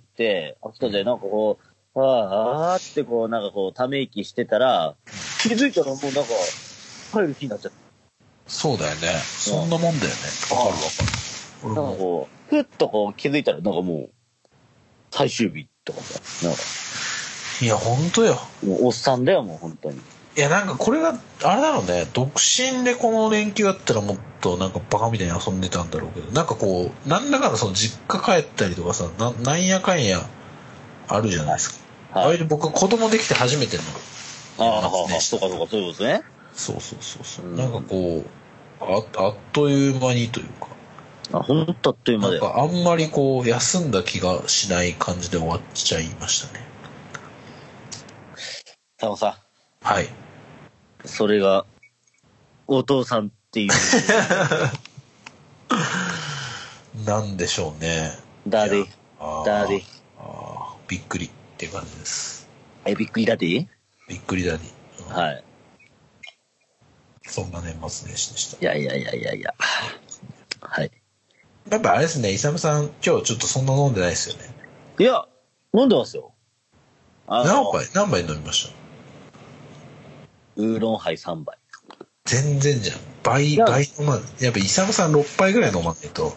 秋田でなんかこう、あーあーってこう、なんかこう、ため息してたら、気づいたらもうなんか、帰る気になっちゃった。 そうだよね。そんなもんだよね。わかるわかる。なんかこう、ふっとこう気づいたら、なんかもう、最終日とかさ、なんか。 いや、ほんとよ。 もうおっさんだよ、もう本当に。 いや、なんかこれが、あれだろうね、独身でこの連休だったらもっとなんかバカみたいに遊んでたんだろうけど、なんかこう、なんだかのその実家帰ったりとかさ、ななんやかんやあるじゃないですか。はい、あれ僕子供できて初めての。 ああ、そうかそうか、そういうことですね。 そうそうそうそう、うん。なんかこう、あ、あっという間にというか。 あ、ほんとあっという間で。 なんかあんまりこう、休んだ気がしない感じで終わっちゃいましたね。 タモさん。 はい。 それが、お父さんっていう。 なんでしょうね。 ダディ。ダディ。 ああ、びっくりって感じです。 え、びっくりダディ？ びっくりダディ。 うん、はい。 そんな年末年始でした。 いやいやいやいやいや。はい。 やっぱあれですね、イサムさん、今日ちょっとそんな飲んでないですよね。 いや、飲んでますよ。 何杯、何杯飲みました？ ウーロンハイさんばい。 全然じゃん。倍、倍飲まない。やっぱイサムさんろっぱいぐらい飲まないと。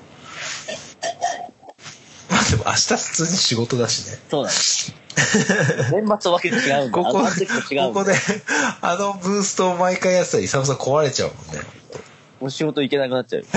まあでも明日普通に仕事だしね。 そうなんです。年末わけ違うんだ。 ここ、ここで、あのブーストを毎回やってたらイサムさん壊れちゃうもんね。 もう仕事行けなくなっちゃう。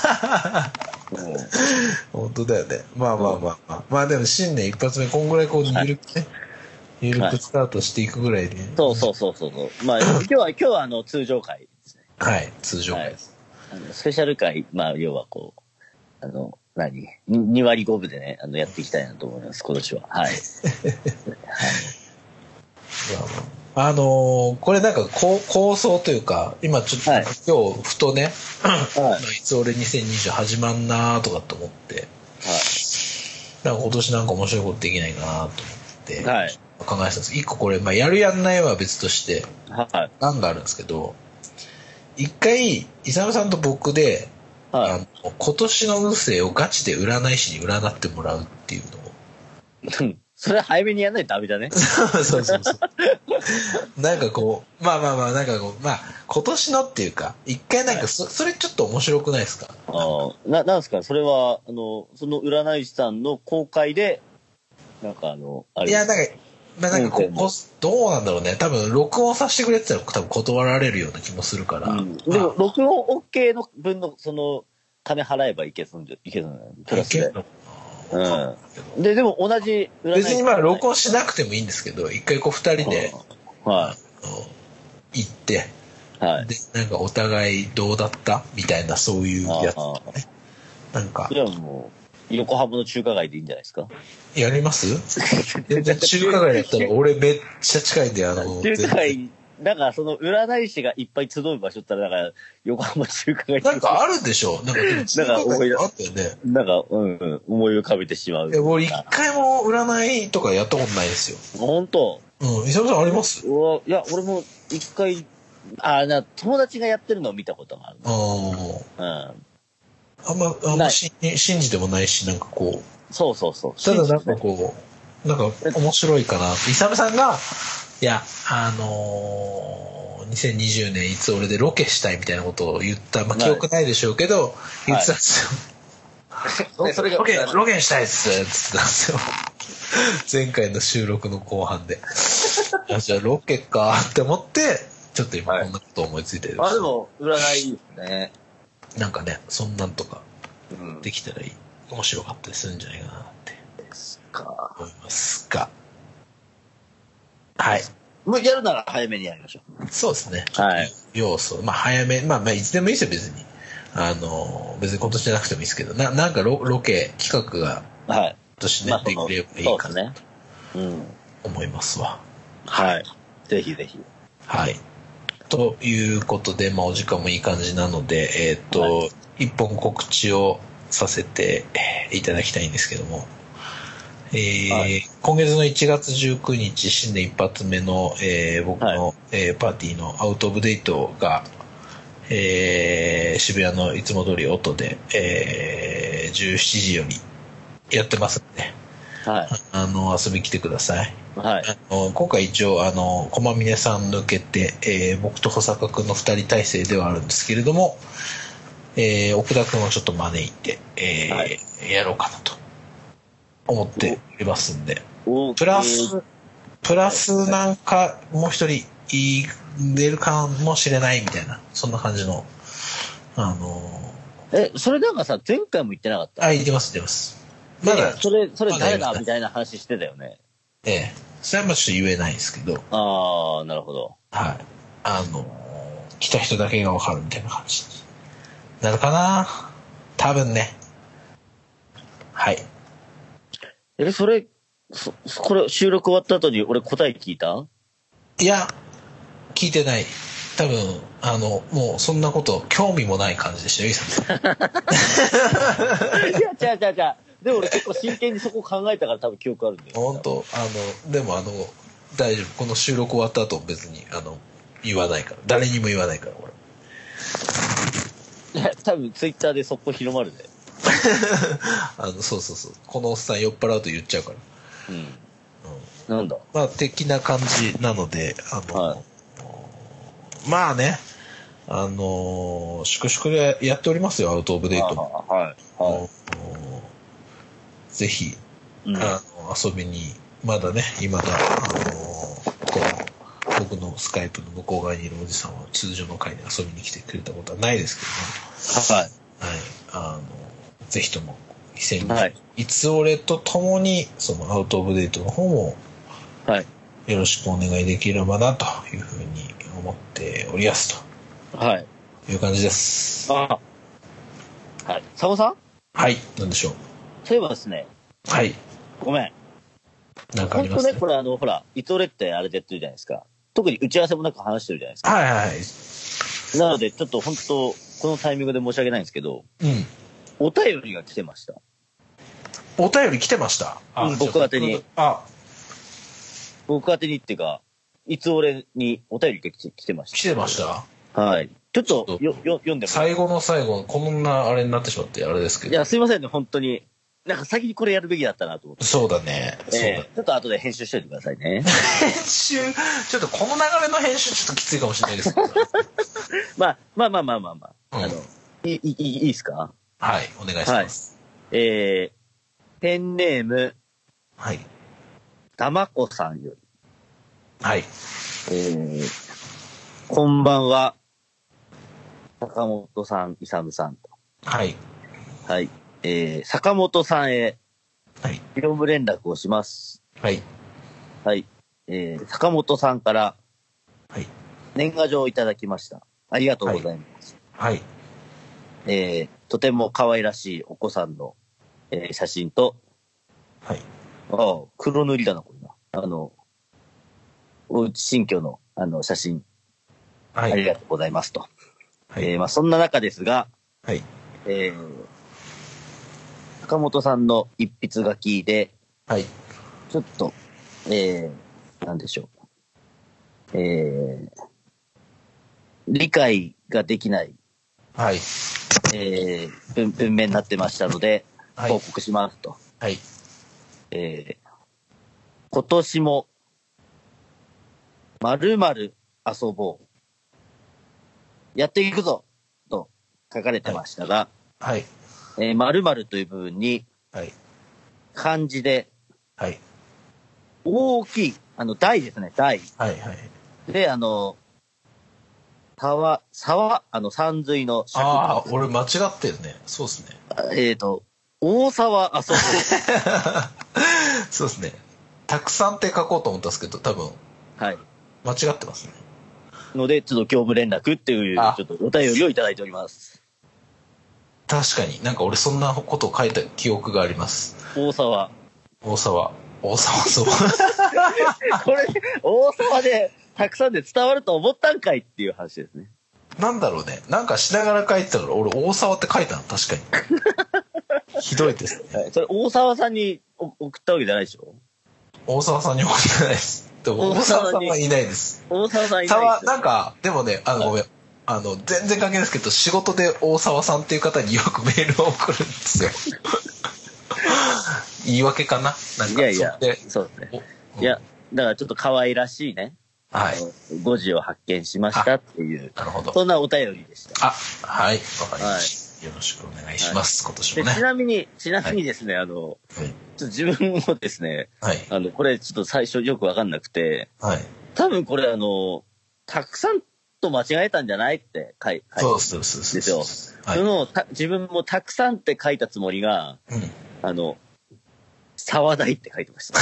本当だよね。まあまあまあまあ。まあでも新年一発目、こんぐらいこう、ゆるくね、ゆるくスタートしていくぐらいで、ね。 そうそうそうそう。まあ今日は、今日はあの通常回ですね。 はい、通常回です。 はい、あのスペシャル回、まあ要はこう、あの、何 ?に 割ごぶでね、あの、やっていきたいなと思います、今年は。はい。はい、 あのー、これなんかこう構想というか、今ちょっと、はい、今日ふとね、はい、いつ俺にせんにじゅう始まんなーとかと思って、はい、なんか今年なんか面白いことできないかなと思って、はい、考えてたんですけど、一個これ、まあ、やるやんないは別として、はい、案があるんですけど、一回、イサムさんと僕で、はい、あの今年の運勢をガチで占い師に占ってもらうっていうのを。 それは早めにやんないとダメだね。 そうそうそうそう。なんかこう、まあまあまあ、なんかこう、まあ、今年のっていうか、一回なんかそ、はい、それちょっと面白くないですか？ ああ、な、なんですかそれは、あの、その占い師さんの公開で、なんかあの、あれ。 いや、なんか、まあなんかここ、どうなんだろうね。多分、録音させてくれって言ったら多分断られるような気もするから。うん、 でも、録音 OK の分の、その、金払えばいけすんじゃ、いけすんじゃないプラスで。うん。で、でも同じ占い別にまあ録音しなくてもいいんですけど、一回こう二人で、はい。行って、はい。で、なんかお互いどうだったみたいな、そういうやつ、ね。なんか。 いや、もう、横浜の中華街でいいんじゃないですか？ やります？全然中華街だったら俺めっちゃ近いんで、あの、 中華街、なんかその占い師がいっぱい集う場所ったら、なんか横浜中華街なんかあるでしょ？なんか中華街あったよね。 なんか、うんうん、思い浮かべてしまう。 いや、俺一回も占いとかやったことないですよ。 本当？ うん、伊沢さんあります？ いや、俺も一回、あ、な、友達がやってるのを見たことがある。 ああ。うん。あんま、あんま信じてもないし、なんかこう。 そうそうそう。 ただなんかこう、なんか面白いかな。イサムさんが、いや、あのー、にせんにじゅうねんいつ俺でロケしたいみたいなことを言った、まあ記憶ないでしょうけど、はい、言ってたんですよ。はい、それがロケ、ロケしたいっすって言ってたんですよ。前回の収録の後半で。じゃあロケかって思って、ちょっと今こんなこと思いついてる、 はい、あ、でも、占いいいですね。 なんかね、そんなんとか。 できたらいい、うん、面白かったりするんじゃないかなってですか思いますが、はい。 もうやるなら早めにやりましょう。 そうですね。 はい。 要素、まあ早め、まあまあいつでもいいですよ別に。あの別に今年じゃなくてもいいですけど、ななんか ロ, ロケ企画が今年ね、はい、できればいいかなと思いますわ。 はい。ぜひぜひ。 はい。ということで、まあお時間もいい感じなので、えっ、ー、と、はい、一本告知をさせていただきたいんですけども。えーはい、今月のいちがつじゅうくにち新年一発目の、えー、僕の、はい、えー、パーティーのアウトオブデートが、えー、渋谷のいつも通り音で、えー、じゅうしちじよりやってますんで、はい、あの遊び来てください。はい、あの今回一応あの駒峰さん抜けて、えー、僕と保坂君のふたり体制ではあるんですけれども、えー、奥田君をちょっと招いて、えーはい、やろうかなと思っておりますんで、プラスプラスなんかもう一人出るかもしれないみたいな、そんな感じのあのー、えそれなんかさ前回も言ってなかった？ あ、言ってます言ってます。 まだそれそれ誰だみたいな話してたよね。 ええ、それはもちょっと言えないですけど。 ああ、なるほど。 はい。あの来た人だけが分かるみたいな感じになるかな多分ね。はい。 え、それ、そ、これ収録終わった後に俺答え聞いた？ いや、聞いてない。多分、あの、もうそんなこと興味もない感じでしたよ、イさん。 いや、違う違う違う。でも俺結構真剣にそこ考えたから多分記憶あるんだよ。 本当あの、でもあの、大丈夫。この収録終わった後別に、あの、言わないから。誰にも言わないから、俺。 いや、多分ツイッターでそこ広まるで。 あのそうそうそう、このおっさん酔っ払うと言っちゃうから、 うん、うん、なんだまあ的な感じなので、あの、はい、まあね、あの粛々でやっておりますよ、アウトオブデートも。 はいはい、 ぜひ、うん、あの遊びに、まだね、今だ、あのこの僕のスカイプの向こう側にいるおじさんは通常の会に遊びに来てくれたことはないですけども、はい、はい、あのぜひともにせんにじゅう、はい、いつ俺と共にそのアウトオブデートの方もよろしくお願いできればなというふうに思っておりやすと、はい、いう感じです。 あ、はい、佐野さん、 はい、なんでしょう。 そういえばですね、 はい、 ごめん、 なんかありますね。 本当ね、これあのほらいつ俺ってあれでやってるじゃないですか。特に打ち合わせもなく話してるじゃないですか。 はいはい、 なのでちょっと本当このタイミングで申し訳ないんですけど、うん、お便りが来てました。 お便り来てました。 あ、うん、僕宛てに。あ、僕宛てにっていうか、いつ俺にお便りが来てました。 来てました。 はい。ちょっとよよ読んでも最後の最後、こんなあれになってしまってあれですけど。 いや、すいませんね、本当に。なんか先にこれやるべきだったなと思って。 そうだね。 えー、そうだ。ちょっと後で編集しといてくださいね。 編集、ちょっとこの流れの編集ちょっときついかもしれないですけど。 まあ、まあまあまあまあまあ。うん、あの、いい、いい、いいですか？ はい、お願いします。 はい、えー、ペンネーム、 はい。 たまこさんより。 はい。 えー、こんばんは。坂本さん、いさむさんと。 はい。 はい。えー、坂本さんへ、はい。業務連絡をします。 はい。 はい。えー、坂本さんから、 はい。 年賀状をいただきました。ありがとうございます。 はい。はい、 えー、とても可愛らしいお子さんの、えー、写真と、 はい。 ああ、黒塗りだな、これな。あの、おうち新居の、あの、写真。はい。ありがとうございますと。はい。えー、まあ、そんな中ですが、 はい。 えー、坂本さんの一筆書きで、 はい。 ちょっと、えー、なんでしょう。えー、理解ができない、 はい。 えー、文、文面になってましたので、はい、報告しますと。 はい。 えー、今年も、まるまる遊ぼう。やっていくぞと書かれてましたが、 はい。はい、 えー、〇〇という部分に、 はい。 漢字で、 はい。大きい、あの、大ですね、大。 はいはい。 で、あの、 沢、沢、あの、山水の尺。ああ、俺間違ってるね。そうですね。 えっ、ー、と、大沢、あ、そうそう。 そうですね。たくさんって書こうと思ったんですけど、多分。 はい。 間違ってますね。 ので、ちょっと業務連絡っていう、ちょっとお便りをいただいております。 確かに。なんか俺そんなことを書いた記憶があります。 大沢。 大沢。大沢そう。 これ、大沢で、たくさんで伝わると思ったんかいっていう話ですね。 なんだろうね。なんかしながら書いてたから、俺大沢って書いたの、確かに。ひどいですね。 はい、それ大沢さんに送ったわけじゃないでしょ？ 大沢さんに送ってないです。でも大沢さんはいないです。 大沢さんいないです。 なんか、でもね、あの、ごめん。あの、全然関係ないですけど、仕事で大沢さんっていう方によくメールを送るんですよ。言い訳かななんか。 いやいや、そうですね。いや、だからちょっと可愛らしいね。はい。誤字を発見しましたっていう。 なるほど。 そんなお便りでした。 あ、はい。わかりました。よろしくお願いします。今年もね。 ちなみに、ちなみにですね、あの、ちょっと自分もですね、はい。あの、これちょっと最初よくわかんなくて、はい。多分これあの、たくさんと間違えたんじゃないって書いてるんですよ。その、自分もたくさんって書いたつもりが、うん、あの、沢大って書いてました。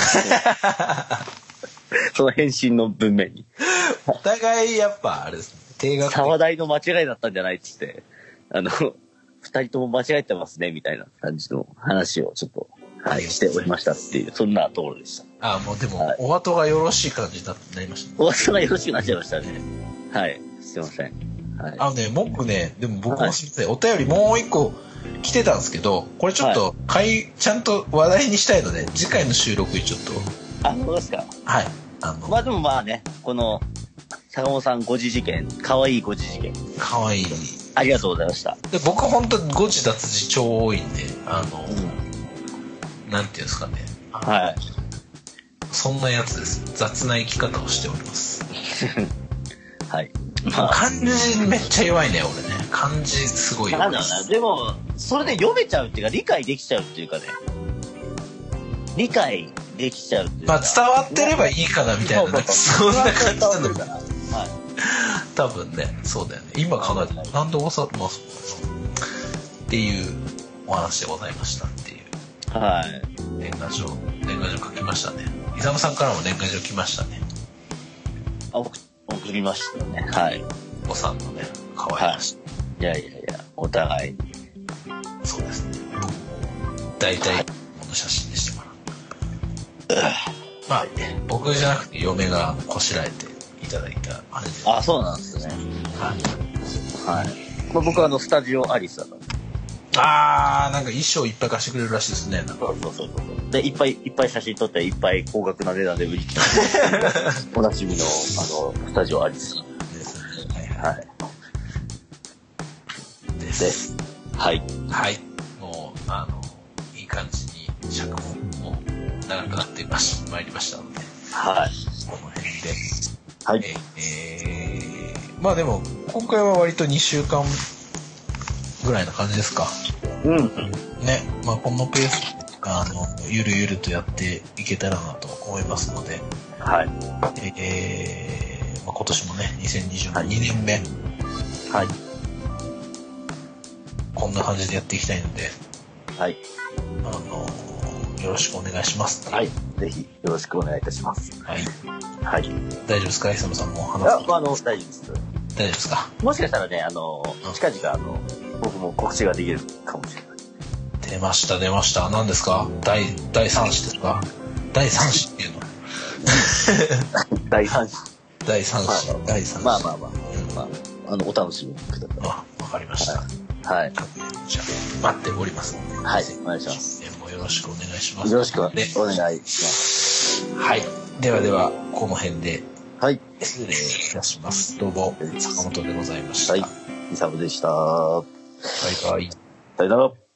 その返信の文面に。 お互いやっぱあれですね。定額。 沢大の間違いだったんじゃないっつって、あの、二人とも間違えてますねみたいな感じの話をちょっと、はい、しておりましたっていう、そんなところでした。 ああ、もうでも、はい、お後がよろしい感じになりましたね。 お後がよろしくなっちゃいましたね。はい。すいません。はい。 あのね、僕ね、でも僕もすみません、はい、お便りもう一個来てたんですけど、これちょっと、はい、ちゃんと話題にしたいので、次回の収録にちょっと。 あ、そうですか。 はい。あの。 まあでもまあね、この、坂本さん誤字事件、かわいい誤字事件。 かわいい。 ありがとうございました。 で、僕本当誤字脱字超多いんで、あの、うん、なんていうんですかね。 はい。 そんなやつです。雑な生き方をしております。 はい。 まあ、漢字めっちゃ弱いね、俺ね。漢字すごい弱い。 なんだろうな。でも、それで読めちゃうっていうか、理解できちゃうっていうかね。理解できちゃうっていうか。 まあ、伝わってればいいかな、みたいな。なんかそんな感じなんだから。はい。多分ね、そうだよね。今考えたら、なんで大阪、まあ、っていうお話でございましたっていう。 はい。 年賀状、年賀状書きましたね。伊沢さんからも年賀状来ましたね。 あ、送りましたね。はい。 おさんのね、可愛らしい。いやいやいや、お互いに。 そうですね。大体、この写真にしてもらう。まあ、僕じゃなくて嫁がこしらえていただいたあれで。 あ、そうなんですね。はい。はい。まあ、僕はあの、スタジオアリスだったんで。 あー、なんか衣装いっぱい貸してくれるらしいですね。 そうそうそうそう。で、いっぱいいっぱい写真撮っていっぱい高額な値段で売り切った。おなじみの、あの、スタジオアリス。ですね。はいはい。 です。 はい。 はい。もう、あの、いい感じに尺ももう長くなってましまいりましたので。 はい。 この辺で。 はい。 えー、まあでも、今回は割とにしゅうかんぐらいな感じですか。 うん。 ね。まあこのペース、あの、ゆるゆるとやっていけたらなと思いますので。 はい。 えー、まあ、今年もね、にせんにじゅうねんにねんめ。 はい。 こんな感じでやっていきたいので。 はい。 あの、よろしくお願いします。 はい。ぜひ、よろしくお願いいたします。 はい。 はい。 大丈夫ですか、磯野さんも話す。 あ、あの、大丈夫です。 大丈夫ですか。 もしかしたらね、あの、近々、あの、僕も告知ができるかもしれない。 出ました、出ました。何ですか？第、第三子ですか？第三子っていうの。 第三子。 第三子。第三子。 まあまあまあ。まあ、あの、お楽しみください。 あ、わかりました。 はい。 じゃあ、待っておりますので。 はい、お願いします。 もうよろしくお願いします。 よろしくお願いします。 はい。ではでは、この辺で。 はい。 失礼いたします。どうも、坂本でございました。 はい。イサムでした。 バイバイ。 さよなら。